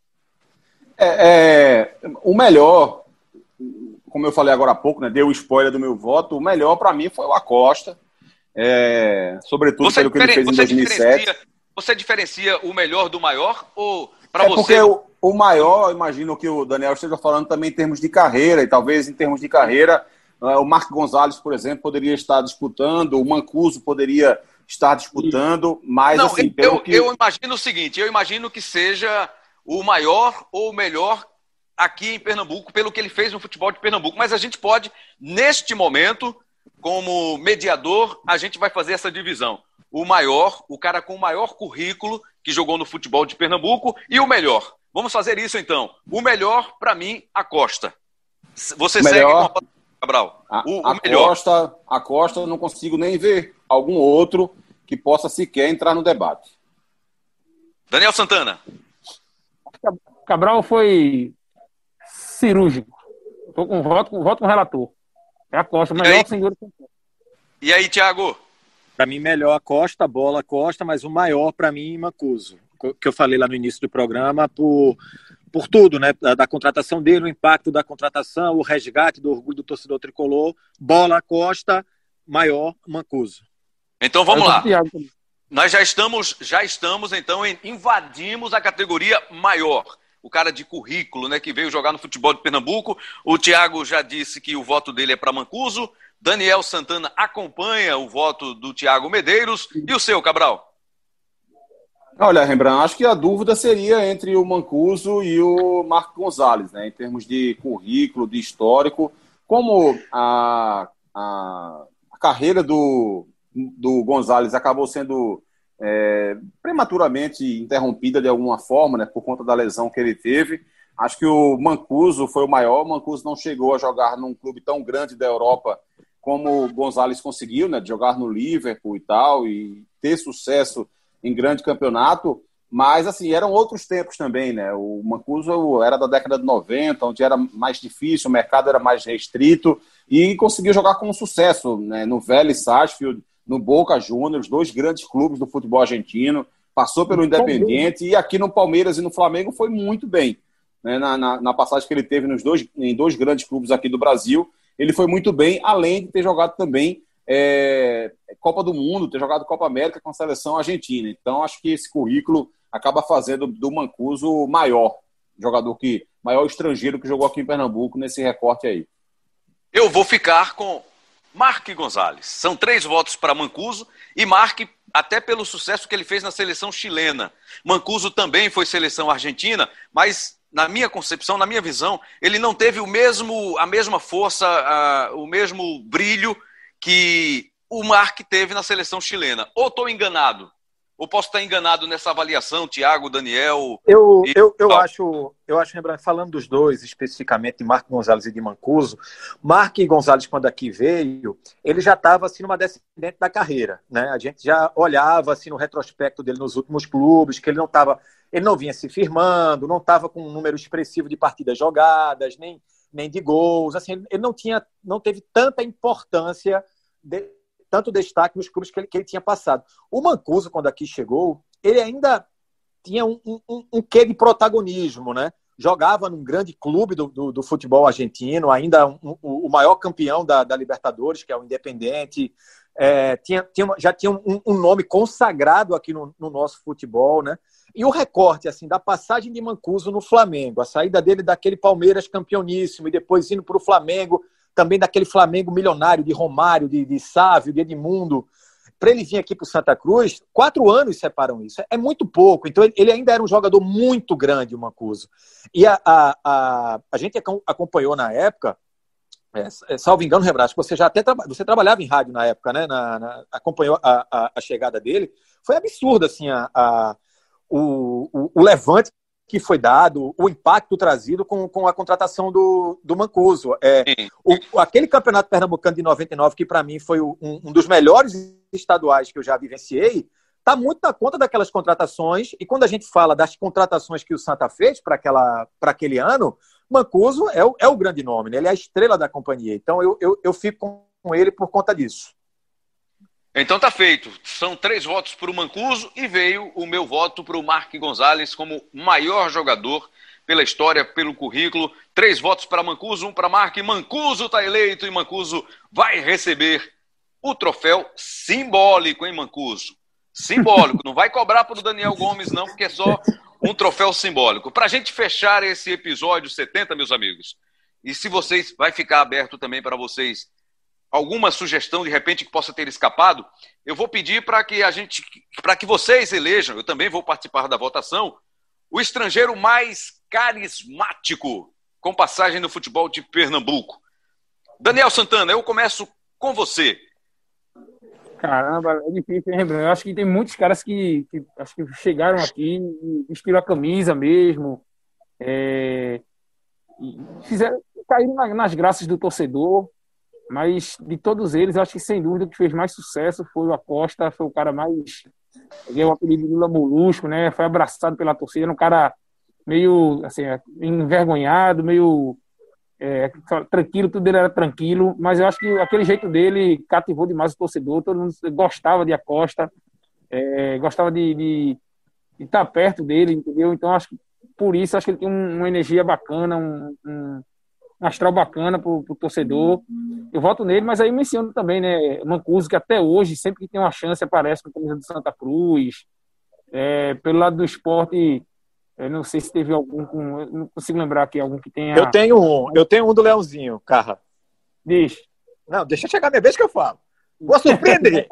É, é, o melhor, como eu falei agora há pouco, né, deu o spoiler do meu voto, o melhor para mim foi o Acosta, é, sobretudo você pelo que ele fez em dois mil e sete. Diferencia, você diferencia o melhor do maior ou para é você... Porque o, o maior, imagino que o Daniel esteja falando também em termos de carreira, e talvez em termos de carreira, o Marco Gonzalez, por exemplo, poderia estar disputando, o Mancuso poderia estar disputando, mas Não, assim... eu, pelo que... eu imagino o seguinte, eu imagino que seja o maior ou o melhor aqui em Pernambuco, pelo que ele fez no futebol de Pernambuco, mas a gente pode, neste momento, como mediador, a gente vai fazer essa divisão. O maior, o cara com o maior currículo que jogou no futebol de Pernambuco e o melhor. Vamos fazer isso então. O melhor, para mim, Acosta. Você melhor... segue com a palavra, Cabral. A, o, a o melhor. Costa, a Costa, eu não consigo nem ver algum outro que possa sequer entrar no debate. Daniel Santana. Cabral foi cirúrgico. Estou com voto, com voto com o relator. É a Costa, melhor sem dúvida. E aí, Thiago? Para mim, melhor a Costa, bola Costa, mas o maior para mim, Mancuso. Que eu falei lá no início do programa, por, por tudo, né? Da, da contratação dele, o impacto da contratação, o resgate do orgulho do torcedor tricolor. Bola Costa, maior Mancuso. Então vamos lá. Nós já estamos, já estamos, então, invadimos a categoria maior. O cara de currículo, né, que veio jogar no futebol de Pernambuco. O Thiago já disse que o voto dele é para Mancuso. Daniel Santana acompanha o voto do Thiago Medeiros. E o seu, Cabral? Olha, Rembrandt, acho que a dúvida seria entre o Mancuso e o Marco Gonzalez, né, em termos de currículo, de histórico. Como a, a, a carreira do, do Gonzalez acabou sendo é, prematuramente interrompida de alguma forma, né, por conta da lesão que ele teve, acho que o Mancuso foi o maior. O Mancuso não chegou a jogar num clube tão grande da Europa como o Gonzalez conseguiu, né, de jogar no Liverpool e tal, e ter sucesso em grande campeonato, mas assim, eram outros tempos também, né? O Mancuso era da década de noventa, onde era mais difícil, o mercado era mais restrito, e conseguiu jogar com sucesso, né? No Vélez Sarsfield, no Boca Juniors, dois grandes clubes do futebol argentino, passou pelo Independiente, e aqui no Palmeiras e no Flamengo foi muito bem, né? Na, na, na passagem que ele teve nos dois, em dois grandes clubes aqui do Brasil, ele foi muito bem, além de ter jogado também É, Copa do Mundo, ter jogado Copa América com a seleção argentina. Então, acho que esse currículo acaba fazendo do Mancuso maior, jogador que, maior estrangeiro que jogou aqui em Pernambuco nesse recorte aí. Eu vou ficar com Marc Gonzalez. São três votos para Mancuso e Marc, até pelo sucesso que ele fez na seleção chilena. Mancuso também foi seleção argentina, mas na minha concepção, na minha visão, ele não teve o mesmo, a mesma força, a, o mesmo brilho que o Marc teve na seleção chilena. Ou estou enganado? Ou posso estar enganado nessa avaliação, Thiago, Daniel? Eu, e... eu, eu, acho, eu acho, Rembrandt, falando dos dois, especificamente de Marco Gonzalez e de Mancuso, Marco Gonzalez, quando aqui veio, ele já estava assim, numa descendente da carreira, né? A gente já olhava assim, no retrospecto dele nos últimos clubes, que ele não estava, ele não vinha se firmando, não estava com um número expressivo de partidas jogadas, nem... nem de gols, assim, ele não tinha, não teve tanta importância, de, tanto destaque nos clubes que ele, que ele tinha passado. O Mancuso, quando aqui chegou, ele ainda tinha um, um, um quê de protagonismo, né? Jogava num grande clube do, do, do futebol argentino, ainda um, um, o maior campeão da, da Libertadores, que é o Independiente, é, tinha, tinha, já tinha um, um nome consagrado aqui no, no nosso futebol, né? E o recorte assim, da passagem de Mancuso no Flamengo, a saída dele daquele Palmeiras campeoníssimo e depois indo para o Flamengo, também daquele Flamengo milionário de Romário, de, de Sávio, de Edmundo, para ele vir aqui para o Santa Cruz, quatro anos separam isso. É muito pouco. Então ele ainda era um jogador muito grande, o Mancuso. E a, a, a, a gente acompanhou na época, é, salvo engano, Rembrandt, você já até traba, você trabalhava em rádio na época, né? Na, na, acompanhou a, a, a chegada dele. Foi absurdo assim, a, a o, o, o levante que foi dado, o impacto trazido com, com a contratação do, do Mancuso. É, o, aquele campeonato pernambucano de noventa e nove, que para mim foi um, um dos melhores estaduais que eu já vivenciei, está muito na conta daquelas contratações, e quando a gente fala das contratações que o Santa fez para aquele ano, Mancuso é o, é o grande nome, né? Ele é a estrela da companhia. Então eu, eu, eu fico com ele por conta disso. Então tá feito. São três votos para o Mancuso e veio o meu voto para o Mark Gonzalez como maior jogador pela história, pelo currículo. Três votos para Mancuso, um para Mark. Mancuso está eleito e Mancuso vai receber o troféu simbólico, hein, Mancuso? Simbólico. Não vai cobrar para o Daniel Gomes, não, porque é só um troféu simbólico. Para a gente fechar esse episódio setenta, meus amigos, e se vocês, vai ficar aberto também para vocês alguma sugestão, de repente, que possa ter escapado, eu vou pedir para que a gente, para que vocês elejam, eu também vou participar da votação, o estrangeiro mais carismático com passagem no futebol de Pernambuco. Daniel Santana, eu começo com você. Caramba, é difícil, hein, Bruno? Eu acho que tem muitos caras que, que, acho que chegaram aqui, vestiram a camisa mesmo, é, fizeram, caíram nas graças do torcedor. Mas de todos eles, eu acho que sem dúvida o que fez mais sucesso foi o Acosta, foi o cara mais... ganhou o apelido de Lula Molusco, né? Foi abraçado pela torcida, era um cara meio assim, envergonhado, meio é, tranquilo, tudo dele era tranquilo, mas eu acho que aquele jeito dele cativou demais o torcedor, todo mundo gostava de Acosta, é, gostava de, de, de estar perto dele, entendeu? Então acho que por isso acho que ele tem uma energia bacana, um... um um astral bacana pro, pro torcedor. Eu voto nele, mas aí eu menciono também, né, Mancuso, que até hoje, sempre que tem uma chance, aparece com a camisa do Santa Cruz. É, pelo lado do esporte, eu não sei se teve algum, com, eu não consigo lembrar aqui, algum que tenha... Eu tenho um, eu tenho um do Leãozinho, Carra. Diz. Não, deixa chegar a minha vez que eu falo. Vou surpreender!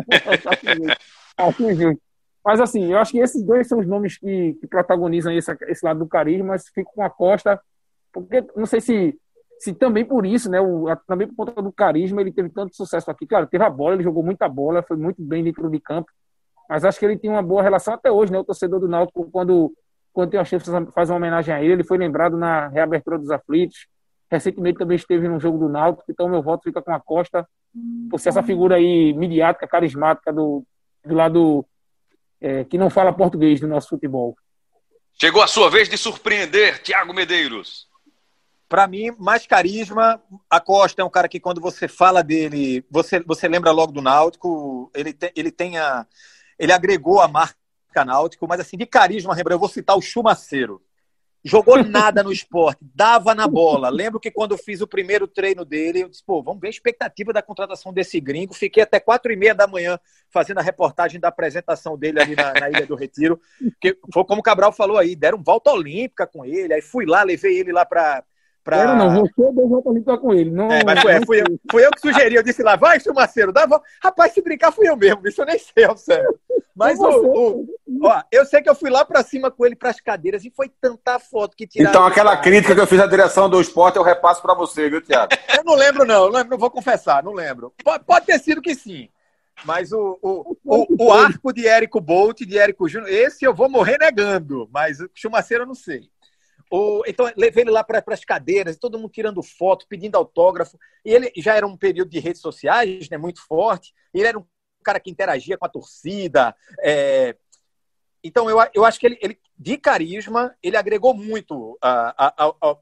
Mas assim, eu acho que esses dois são os nomes que, que protagonizam esse, esse lado do carisma, mas fico com a Costa. Porque, não sei se, se também por isso, né, o, também por conta do carisma, ele teve tanto sucesso aqui. Claro, teve a bola, ele jogou muita bola, foi muito bem dentro de campo, mas acho que ele tem uma boa relação até hoje, né? O torcedor do Náutico, quando, quando tem a chance de fazer uma homenagem a ele, ele foi lembrado na reabertura dos aflitos. Recentemente também esteve num jogo do Náutico, então meu voto fica com a Costa, por ser essa figura aí midiática, carismática do, do lado é, que não fala português do nosso futebol. Chegou a sua vez de surpreender, Thiago Medeiros. Para mim, mais carisma, a Costa é um cara que quando você fala dele, você, você lembra logo do Náutico, ele, te, ele, tem a, ele agregou a marca Náutico, mas assim, de carisma, eu vou citar o Chumaceiro. Jogou nada no esporte, dava na bola. Lembro que quando eu fiz o primeiro treino dele, eu disse, pô, vamos ver a expectativa da contratação desse gringo. Fiquei até quatro e meia da manhã fazendo a reportagem da apresentação dele ali na, na Ilha do Retiro. Que foi como o Cabral falou aí, deram volta olímpica com ele, aí fui lá, levei ele lá para... Pra... Eu não, você deu volta olímpica com ele. Não, é, mas foi, é, fui, eu, fui eu que sugeri, eu disse lá, vai, Chumaceiro, dá volta. Rapaz, se brincar, fui eu mesmo, isso eu nem sei, ao sério. Mas o, o, ó, eu sei que eu fui lá pra cima com ele pras cadeiras e foi tanta foto que tiraram. Então, aquela crítica que eu fiz à direção do esporte, eu repasso pra você, viu, Thiago? Eu não lembro, não, não, lembro, não vou confessar, não lembro. Pode, pode ter sido que sim. Mas o, o, o, o arco de Érico Bolt, de Érico Júnior, esse eu vou morrer negando, mas o Chumaceiro eu não sei. O, então, levei ele lá para as cadeiras, todo mundo tirando foto, pedindo autógrafo. E ele já era um período de redes sociais, né, muito forte. Ele era um cara que interagia com a torcida. É... Então, eu, eu acho que ele, ele, de carisma, ele agregou muito para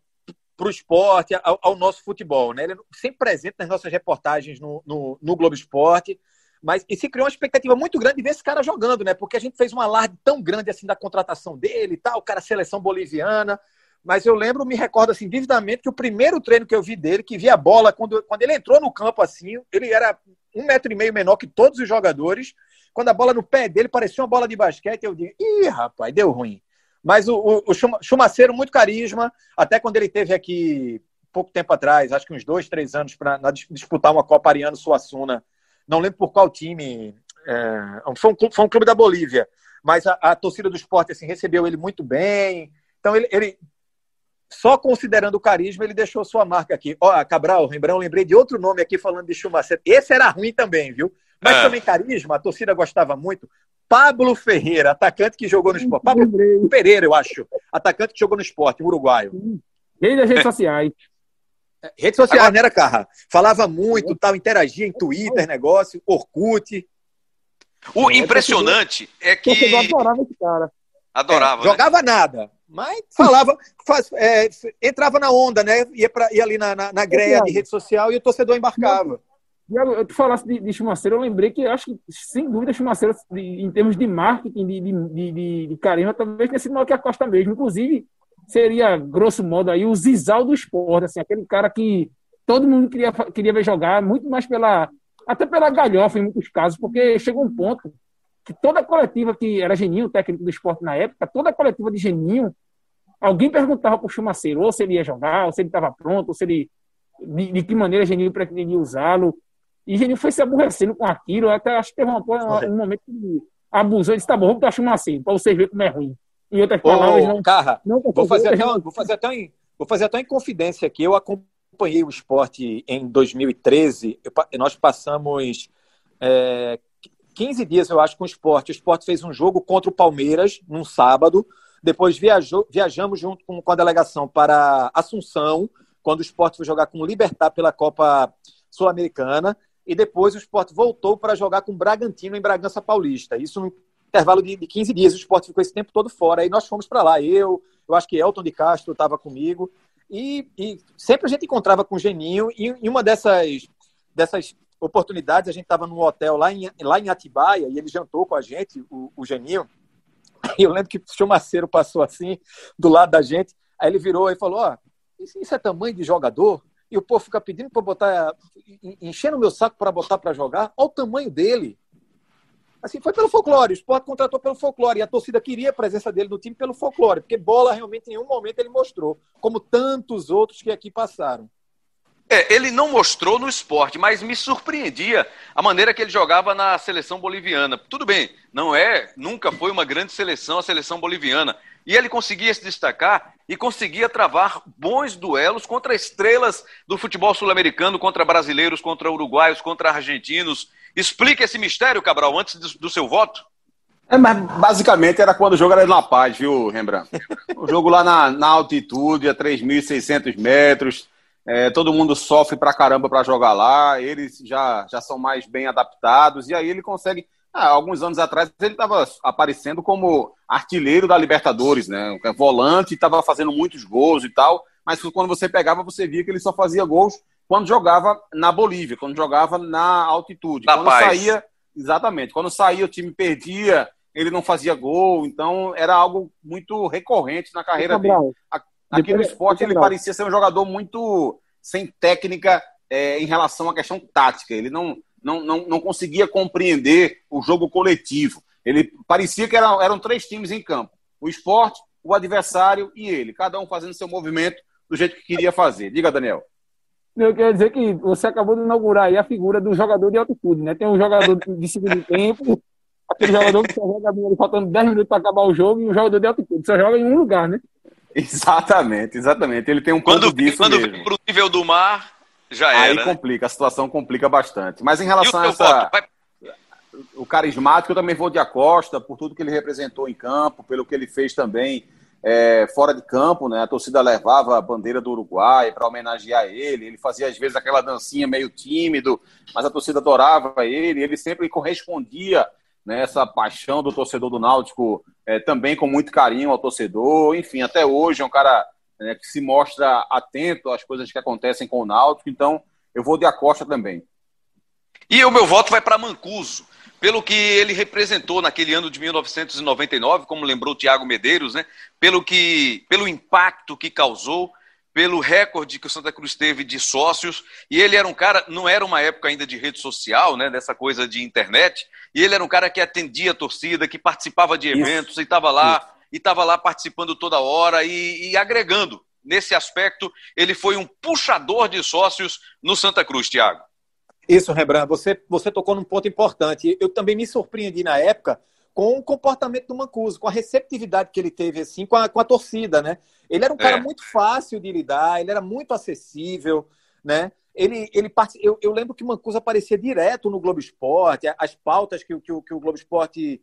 o esporte, ao, ao nosso futebol. Né? Ele é sempre presente nas nossas reportagens no, no, no Globo Esporte. Mas e se criou uma expectativa muito grande de ver esse cara jogando, né? Porque a gente fez um alarde tão grande assim da contratação dele e tal, o cara seleção boliviana. Mas eu lembro, me recordo assim, vividamente, que o primeiro treino que eu vi dele, que vi a bola, quando, quando ele entrou no campo assim, ele era um metro e meio menor que todos os jogadores. Quando a bola no pé dele parecia uma bola de basquete, eu digo, ih, rapaz, deu ruim. Mas o, o, o Chumaceiro, muito carisma, até quando ele teve aqui, pouco tempo atrás, acho que uns dois, três anos, para disputar uma Copa Ariano Suassuna. Não lembro por qual time, é, foi, um clube, foi um clube da Bolívia, mas a, a torcida do esporte assim, recebeu ele muito bem. Então, ele, ele, só considerando o carisma, ele deixou sua marca aqui. Ó, Cabral, Rembrão, lembrei de outro nome aqui falando de Chumaceiro. Esse era ruim também, viu? Mas é. também carisma, a torcida gostava muito. Pablo Ferreira, atacante que jogou no Sport. Pablo Pereira, eu acho. Atacante que jogou no Sport, uruguaio. Desde das redes sociais. Redes sociais, Agora... né, era, Carra? Falava muito, tal, interagia em Twitter, negócio, Orkut. O impressionante é que... Eu adorava esse cara. Adorava, é, jogava né? nada, mas falava, faz, é, entrava na onda, né? Ia, pra, ia ali na, na, na greia de rede social e o torcedor embarcava. Diego, eu te falasse de, de Chumaceiro, eu lembrei que acho que, sem dúvida, Chumaceiro, de, em termos de marketing, de, de, de, de, de carisma, talvez tenha sido maior que a Costa mesmo. Inclusive, seria, grosso modo, aí, o Zizal do esporte, assim, aquele cara que todo mundo queria, queria ver jogar, muito mais pela, até pela galhofa, em muitos casos, porque chegou um ponto que toda a coletiva que era Geninho, o técnico do esporte na época, toda a coletiva de Geninho, alguém perguntava para o Chumaceiro, ou se ele ia jogar, ou se ele estava pronto, ou se ele, de, de que maneira Geninho pretendia usá-lo. E Geninho foi se aborrecendo com aquilo. Até acho que teve uma, uma, um momento que ele abusou e disse: tá bom, vamos dar Chumaceiro, para vocês verem como é ruim. Em outras palavras, Ô, não. Carra, não vou, fazer até, uma, vou, fazer até em, vou fazer até em confidência aqui. Eu acompanhei o esporte em dois mil e treze. Eu, nós passamos é, quinze dias, eu acho, com o esporte. O esporte fez um jogo contra o Palmeiras num sábado. Depois viajou, viajamos junto com, com a delegação para Assunção, quando o esporte foi jogar com o Libertad pela Copa Sul-Americana. E depois o Sport voltou para jogar com o Bragantino em Bragança Paulista. Isso no intervalo de, de quinze dias. O Sport ficou esse tempo todo fora. Aí nós fomos para lá. Eu, eu acho que Elton de Castro estava comigo. E, e sempre a gente encontrava com o Geninho. E em uma dessas, dessas oportunidades, a gente estava num hotel lá em, lá em Atibaia e ele jantou com a gente, o, o Geninho. E eu lembro que o Chumaceiro passou assim, do lado da gente. Aí ele virou e falou: ó, oh, isso é tamanho de jogador? E o povo fica pedindo para botar, enchendo o meu saco para botar para jogar. Olha o tamanho dele. Assim, foi pelo folclore. O Sport contratou pelo folclore. E a torcida queria a presença dele no time pelo folclore. Porque bola, realmente, em nenhum momento ele mostrou. Como tantos outros que aqui passaram. É, ele não mostrou no esporte, mas me surpreendia a maneira que ele jogava na seleção boliviana. Tudo bem, não é, nunca foi uma grande seleção a seleção boliviana. E ele conseguia se destacar e conseguia travar bons duelos contra estrelas do futebol sul-americano, contra brasileiros, contra uruguaios, contra argentinos. Explica esse mistério, Cabral, antes do, do seu voto. É, mas basicamente era quando o jogo era na Paz, viu, Rembrandt? O jogo lá na, na altitude, a três mil e seiscentos metros. É, todo mundo sofre pra caramba pra jogar lá. Eles já, já são mais bem adaptados. E aí ele consegue... Ah, alguns anos atrás ele estava aparecendo como artilheiro da Libertadores, né? Volante, estava fazendo muitos gols e tal, mas quando você pegava, você via que ele só fazia gols quando jogava na Bolívia, quando jogava na altitude. Da quando Paz. saía, exatamente, quando saía o time perdia, ele não fazia gol, então era algo muito recorrente na carreira Cabral, dele. Aqui depois, no esporte ele Cabral. parecia ser um jogador muito sem técnica é, em relação à questão tática. Ele não Não, não, não conseguia compreender o jogo coletivo. Ele parecia que eram, eram três times em campo. O Sport, o adversário e ele. Cada um fazendo seu movimento do jeito que queria fazer. Diga, Daniel. Eu quero dizer que você acabou de inaugurar aí a figura do jogador de altitude, né? Tem um jogador de segundo tempo, aquele jogador que só joga faltando dez minutos para acabar o jogo, e um jogador de altitude. Só joga em um lugar, né? Exatamente, exatamente. Ele tem um ponto Quando, disso quando mesmo. vem para o nível do mar, já Aí era. complica, a situação complica bastante. Mas em E o relação a seu essa... voto? Vai... O carismático, eu também vou de Acosta, por tudo que ele representou em campo, pelo que ele fez também é, fora de campo, né? A torcida levava a bandeira do Uruguai para homenagear ele, ele fazia às vezes aquela dancinha meio tímido, mas a torcida adorava ele, ele sempre correspondia, né, essa paixão do torcedor do Náutico, é, também com muito carinho ao torcedor. Enfim, até hoje é um cara, né, que se mostra atento às coisas que acontecem com o Náutico, então eu vou de Acosta também. E o meu voto vai para Mancuso, pelo que ele representou naquele ano de mil novecentos e noventa e nove, como lembrou o Thiago Medeiros, né? Pelo, que, pelo impacto que causou, pelo recorde que o Santa Cruz teve de sócios. E ele era um cara, não era uma época ainda de rede social, né? Dessa coisa de internet, e ele era um cara que atendia a torcida, que participava de eventos, Isso. e estava lá, Isso. e estava lá participando toda hora e, e agregando. Nesse aspecto, ele foi um puxador de sócios no Santa Cruz, Thiago. Isso, Rembrandt, você, você tocou num ponto importante. Eu também me surpreendi na época com o comportamento do Mancuso, com a receptividade que ele teve assim, com, a, com a torcida, né? Ele era um cara é. muito fácil de lidar, ele era muito acessível, né? Ele, ele eu, eu lembro que o Mancuso aparecia direto no Globo Esporte, as pautas que, que, que o Globo Esporte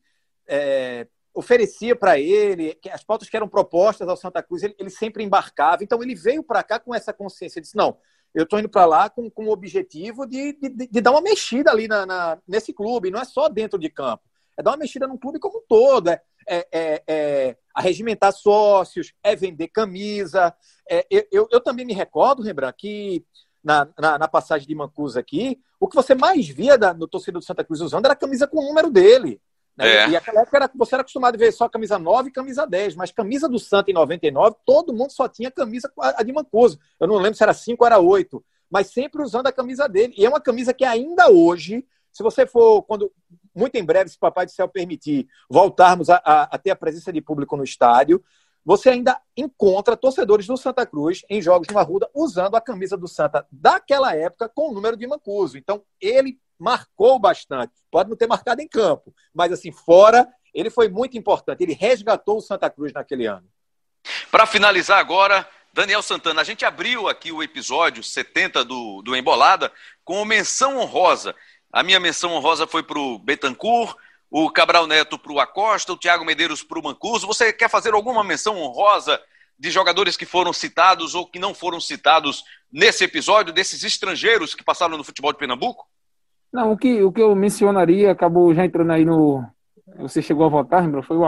é, oferecia para ele, que as pautas que eram propostas ao Santa Cruz, ele, ele sempre embarcava. Então, ele veio para cá com essa consciência. Ele disse, não, eu estou indo para lá com, com o objetivo de, de, de dar uma mexida ali na, na, nesse clube. Não é só dentro de campo. É dar uma mexida no clube como um todo. É, é, é, é arregimentar sócios, é vender camisa. É, eu, eu também me recordo, Rembrandt, que na, na, na passagem de Mancuso aqui, o que você mais via da, no torcedor do Santa Cruz usando era a camisa com o número dele. Né? É. E naquela época era, você era acostumado a ver só camisa nove e camisa dez, mas camisa do Santa em noventa e nove, todo mundo só tinha camisa a de Mancuso. Eu não lembro se era cinco ou era oito, mas sempre usando a camisa dele. E é uma camisa que ainda hoje, se você for, quando muito em breve, se o Papai do Céu permitir, voltarmos a, a, a ter a presença de público no estádio, você ainda encontra torcedores do Santa Cruz em jogos no Arruda usando a camisa do Santa daquela época com o número de Mancuso. Então, ele marcou bastante. Pode não ter marcado em campo, mas assim, fora, ele foi muito importante. Ele resgatou o Santa Cruz naquele ano. Para finalizar agora, Daniel Santana, a gente abriu aqui o episódio setenta do, do Embolada com menção honrosa. A minha menção honrosa foi para o Betancur, o Cabral Neto para o Acosta, o Thiago Medeiros para o Mancuso. Você quer fazer alguma menção honrosa de jogadores que foram citados ou que não foram citados nesse episódio, desses estrangeiros que passaram no futebol de Pernambuco? Não, o que, o que eu mencionaria, acabou já entrando aí no... Você chegou a votar, lembra? Foi o,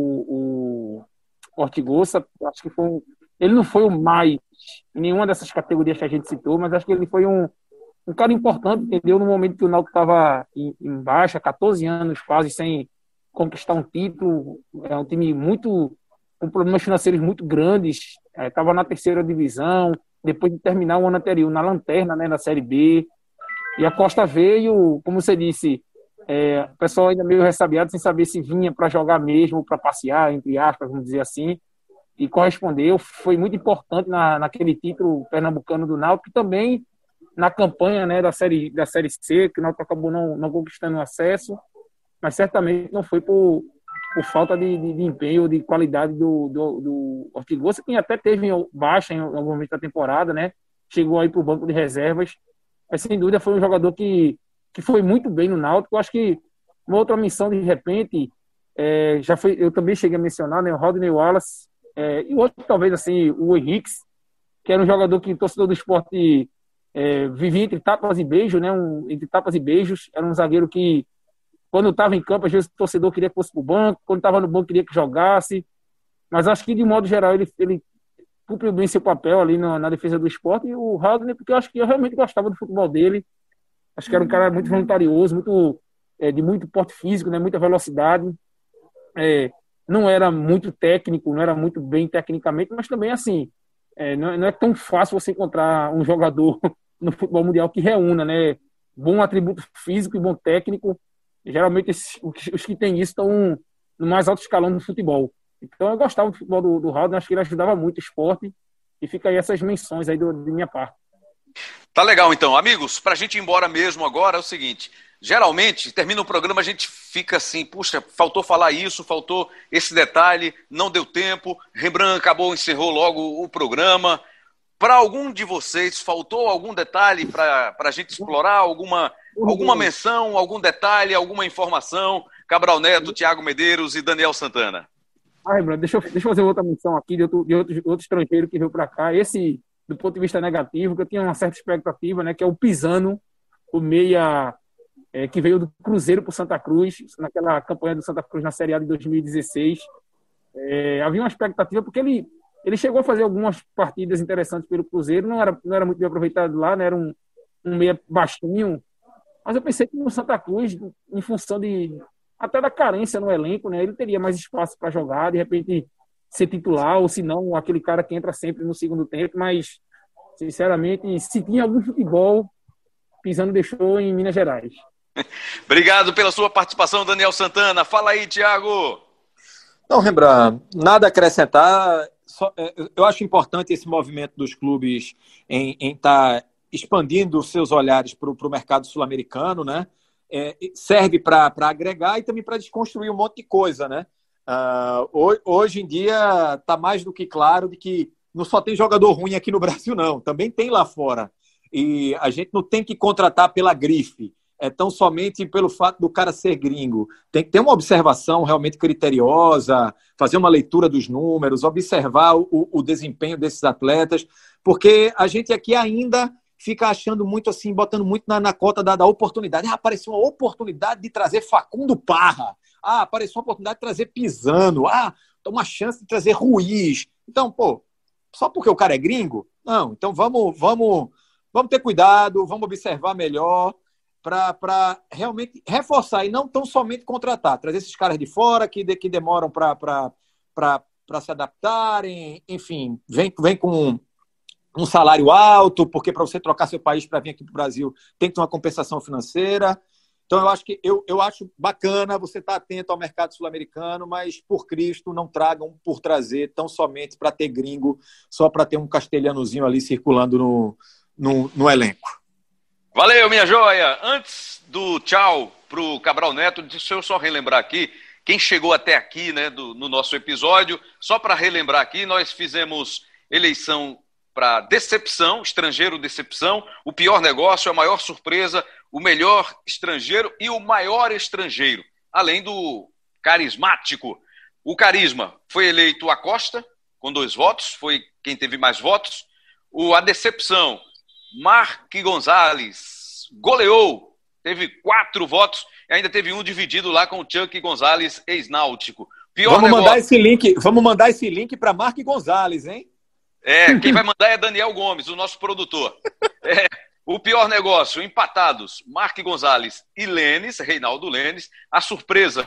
o, o Ortigosa. Acho que foi um, ele não foi o mais em nenhuma dessas categorias que a gente citou, mas acho que ele foi um, um cara importante, entendeu? No momento que o Náutico estava em, em baixa, catorze anos quase sem conquistar um título. É um time muito com problemas financeiros muito grandes. Estava é, na terceira divisão, depois de terminar o ano anterior na lanterna, né, na Série B. E a Costa veio, como você disse, é, o pessoal ainda meio ressabiado, sem saber se vinha para jogar mesmo, para passear, entre aspas, vamos dizer assim, e correspondeu. Foi muito importante na, naquele título pernambucano do Náutico, e também na campanha, né, da, série, da Série C, que o Náutico acabou não, não conquistando o acesso, mas certamente não foi por, por falta de, de, de empenho, de qualidade do, do, do Ortigosa, que até teve baixa em algum momento da temporada, né? Chegou aí para o banco de reservas. Mas, sem dúvida, foi um jogador que, que foi muito bem no Náutico. Eu acho que uma outra missão, de repente, é, já foi, eu também cheguei a mencionar, né, o Rodney Wallace, é, e outro, talvez, assim, o Henrique, que era um jogador que o torcedor do esporte é, vivia entre tapas e beijos, né, um, entre tapas e beijos. Era um zagueiro que, quando estava em campo, às vezes o torcedor queria que fosse para o banco, quando estava no banco, queria que jogasse. Mas acho que, de modo geral, ele, ele cumpriu bem seu papel ali na, na defesa do esporte. E o Rodney, porque eu acho que eu realmente gostava do futebol dele. Acho que era um cara muito voluntarioso, muito, é, de muito porte físico, né, muita velocidade. É, não era muito técnico, não era muito bem tecnicamente, mas também, assim, é, não, não é tão fácil você encontrar um jogador no futebol mundial que reúna, né, bom atributo físico e bom técnico. Geralmente, esses, os que têm isso estão no mais alto escalão do futebol. Então, eu gostava do futebol do, do Rodney, acho que ele ajudava muito o esporte, e fica aí essas menções aí do, de minha parte. Tá legal, então. Amigos, pra gente ir embora mesmo agora, é o seguinte, geralmente, termina o programa, a gente fica assim, puxa, faltou falar isso, faltou esse detalhe, não deu tempo, Rembrandt acabou, encerrou logo o programa. Para algum de vocês, faltou algum detalhe para a gente explorar, alguma, alguma menção, algum detalhe, alguma informação? Cabral Neto, Thiago Medeiros e Daniel Santana. Ah, Rembrandt, deixa eu, deixa eu fazer outra menção aqui de outro, de outro, outro estrangeiro que veio para cá. Esse, do ponto de vista negativo, que eu tinha uma certa expectativa, né, que é o Pisano, o meia é, que veio do Cruzeiro para o Santa Cruz, naquela campanha do Santa Cruz na Série A de dois mil e dezesseis. É, havia uma expectativa, porque ele, ele chegou a fazer algumas partidas interessantes pelo Cruzeiro, não era, não era muito bem aproveitado lá, né, era um, um meia baixinho, mas eu pensei que no Santa Cruz, em função de até da carência no elenco, né, ele teria mais espaço para jogar, de repente ser titular, ou se não, aquele cara que entra sempre no segundo tempo, mas, sinceramente, se tinha algum futebol, Pisano deixou em Minas Gerais. Obrigado pela sua participação, Daniel Santana. Fala aí, Thiago. Não, Rembrandt, nada a acrescentar. Só, eu acho importante esse movimento dos clubes em estar tá expandindo os seus olhares para o mercado sul-americano, né? É, serve para agregar e também para desconstruir um monte de coisa, né? Uh, hoje em dia está mais do que claro de que não só tem jogador ruim aqui no Brasil, não. Também tem lá fora. E a gente não tem que contratar pela grife. é tão somente pelo fato do cara ser gringo. Tem que ter uma observação realmente criteriosa, fazer uma leitura dos números, observar o, o desempenho desses atletas, porque a gente aqui ainda fica achando muito assim, botando muito na, na cota da, da oportunidade. Ah, apareceu uma oportunidade de trazer Facundo Parra. Ah, apareceu uma oportunidade de trazer Pisano. Ah, uma chance de trazer Ruiz. Então, pô, só porque o cara é gringo? Não, então vamos, vamos, vamos ter cuidado, vamos observar melhor para realmente reforçar e não tão somente contratar. Trazer esses caras de fora que, de, que demoram para se adaptarem, enfim, vem, vem com um salário alto, porque para você trocar seu país para vir aqui para o Brasil tem que ter uma compensação financeira. Então, eu acho que eu, eu acho bacana você estar atento ao mercado sul-americano, mas, por Cristo, não tragam por trazer tão somente para ter gringo, só para ter um castelhanozinho ali circulando no, no, no elenco. Valeu, minha joia! Antes do tchau para o Cabral Neto, deixa eu só relembrar aqui, quem chegou até aqui, né, do, no nosso episódio, só para relembrar aqui, nós fizemos eleição para decepção, estrangeiro decepção, o pior negócio, a maior surpresa, o melhor estrangeiro e o maior estrangeiro, além do carismático. O carisma foi eleito Acosta, com dois votos, foi quem teve mais votos. O, a decepção, Mark Gonzalez, goleou, teve quatro votos, e ainda teve um dividido lá com o Chuck Gonzalez, ex-náutico. Pior vamos, negócio... mandar esse link, vamos mandar esse link para Mark Gonzalez, hein? É, quem vai mandar é Daniel Gomes, o nosso produtor. É, o pior negócio, empatados, Mark Gonzalez e Lênis, Reinaldo Lênis. A surpresa,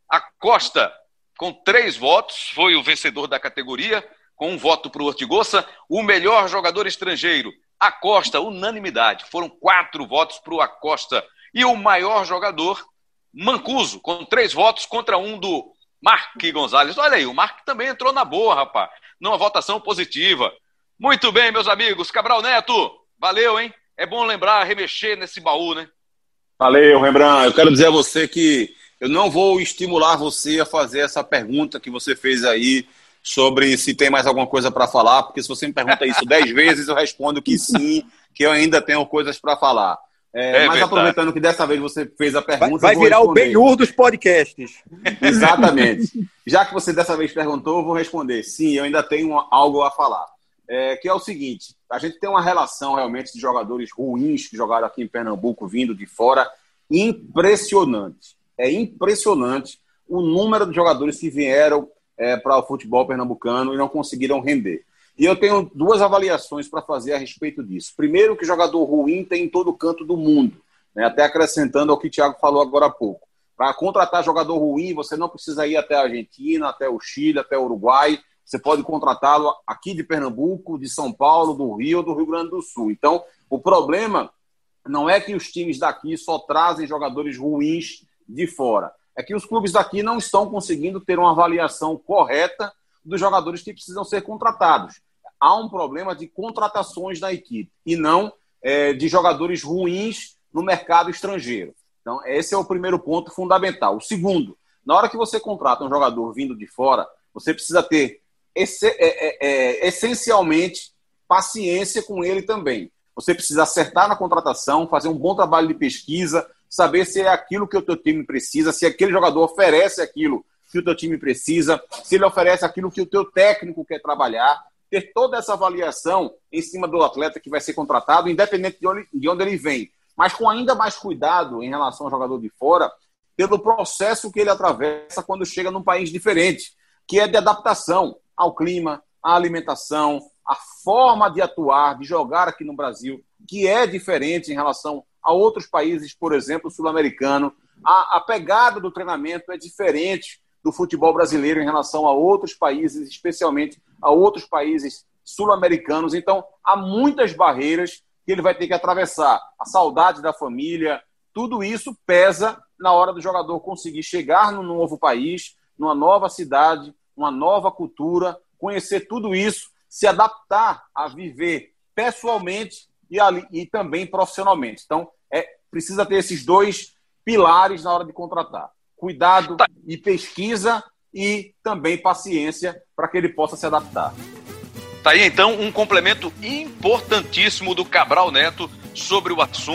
Acosta, com três votos, foi o vencedor da categoria, com um voto para o Ortigosa. O melhor jogador estrangeiro, Acosta, unanimidade. Foram quatro votos para o Acosta. E o maior jogador, Mancuso, com três votos contra um do Mark Gonzalez. Olha aí, o Mark também entrou na boa, rapaz. Numa votação positiva. Muito bem, meus amigos. Cabral Neto, valeu, hein? É bom lembrar, remexer nesse baú, né? Valeu, Rembrandt. Eu quero dizer a você que eu não vou estimular você a fazer essa pergunta que você fez aí sobre se tem mais alguma coisa para falar, porque se você me pergunta isso dez vezes, eu respondo que sim, que eu ainda tenho coisas para falar. É, é mas verdade. Aproveitando que dessa vez você fez a pergunta... Vai, vai virar responder. O Ben-Hur dos podcasts. Exatamente. Já que você dessa vez perguntou, eu vou responder. Sim, eu ainda tenho algo a falar. É, que é o seguinte, a gente tem uma relação realmente de jogadores ruins que jogaram aqui em Pernambuco, vindo de fora, impressionante. É impressionante o número de jogadores que vieram é, para o futebol pernambucano e não conseguiram render. E eu tenho duas avaliações para fazer a respeito disso. Primeiro, que jogador ruim tem em todo canto do mundo, né? Até acrescentando ao que o Thiago falou agora há pouco. Para contratar jogador ruim, você não precisa ir até a Argentina, até o Chile, até o Uruguai. Você pode contratá-lo aqui de Pernambuco, de São Paulo, do Rio ou do Rio Grande do Sul. Então, o problema não é que os times daqui só trazem jogadores ruins de fora. É que os clubes daqui não estão conseguindo ter uma avaliação correta dos jogadores que precisam ser contratados. Há um problema de contratações da equipe e não é, de jogadores ruins no mercado estrangeiro. Então, esse é o primeiro ponto fundamental. O segundo, na hora que você contrata um jogador vindo de fora, você precisa ter esse, é, é, é, essencialmente paciência com ele também. Você precisa acertar na contratação, fazer um bom trabalho de pesquisa, saber se é aquilo que o teu time precisa, se aquele jogador oferece aquilo que o teu time precisa, se ele oferece aquilo que o teu técnico quer trabalhar, ter toda essa avaliação em cima do atleta que vai ser contratado, independente de onde, de onde ele vem. Mas com ainda mais cuidado em relação ao jogador de fora, pelo processo que ele atravessa quando chega num país diferente, que é de adaptação ao clima, à alimentação, à forma de atuar, de jogar aqui no Brasil, que é diferente em relação a outros países, por exemplo, sul-americano. A, a pegada do treinamento é diferente do futebol brasileiro em relação a outros países, especialmente a outros países sul-americanos. Então, há muitas barreiras que ele vai ter que atravessar. A saudade da família, tudo isso pesa na hora do jogador conseguir chegar num novo país, numa nova cidade, uma nova cultura, conhecer tudo isso, se adaptar a viver pessoalmente e, ali, e também profissionalmente. Então, é, precisa ter esses dois pilares na hora de contratar. Cuidado e pesquisa e também paciência para que ele possa se adaptar. Tá aí, então, um complemento importantíssimo do Cabral Neto sobre o assunto.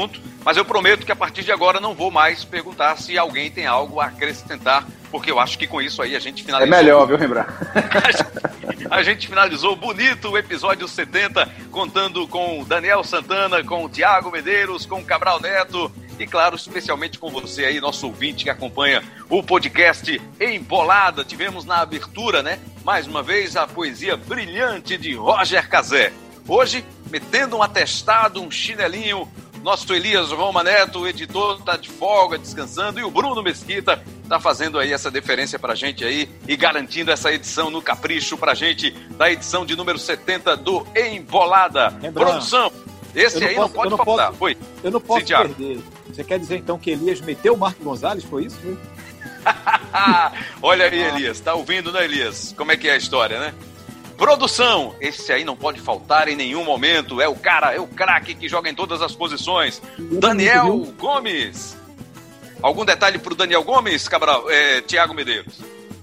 Mas eu prometo que a partir de agora não vou mais perguntar se alguém tem algo a acrescentar, porque eu acho que com isso aí a gente finalizou. É melhor, viu, Rembrandt? A gente finalizou bonito o episódio setenta, contando com o Daniel Santana, com o Thiago Medeiros, com o Cabral Neto e, claro, especialmente com você aí, nosso ouvinte que acompanha o podcast Embolada. Tivemos na abertura, né, mais uma vez, a poesia brilhante de Roger Cazé. Hoje, metendo um atestado, um chinelinho, nosso Elias Roma Neto, o editor, tá de folga, descansando, e o Bruno Mesquita tá fazendo aí essa deferência pra gente aí e garantindo essa edição no capricho pra gente, da edição de número setenta do Embolada. Rembrandt, Produção, esse não aí posso, não pode não faltar. Posso, foi. Eu não posso Sim, Thiago. perder. Você quer dizer então que Elias meteu o Marco Gonzalez, foi isso? Foi? Olha aí, Elias, tá ouvindo, né, Elias? Como é que é a história, né? Produção, esse aí não pode faltar em nenhum momento, é o cara, é o craque que joga em todas as posições, Daniel Gomes. Algum detalhe pro Daniel Gomes, Cabral, é, Thiago Medeiros?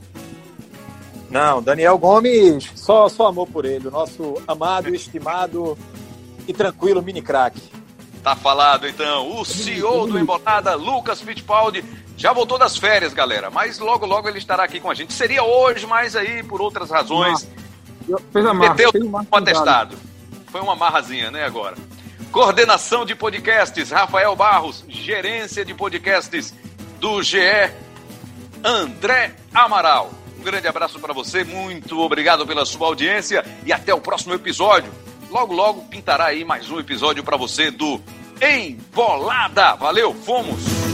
Não, Daniel Gomes, só, só amor por ele, o nosso amado, estimado e tranquilo mini craque. Tá falado, então. O C E O do Embolada, Lucas Fittipaldi, já voltou das férias, galera, mas logo, logo ele estará aqui com a gente. Seria hoje, mas aí, por outras razões, fez a marra, meteu fez um atestado. Foi uma marrazinha, né, agora. Coordenação de podcasts, Rafael Barros. Gerência de podcasts do G E, André Amaral. Um grande abraço para você, muito obrigado pela sua audiência e até o próximo episódio. Logo, logo pintará aí mais um episódio para você do Embolada. Valeu, fomos!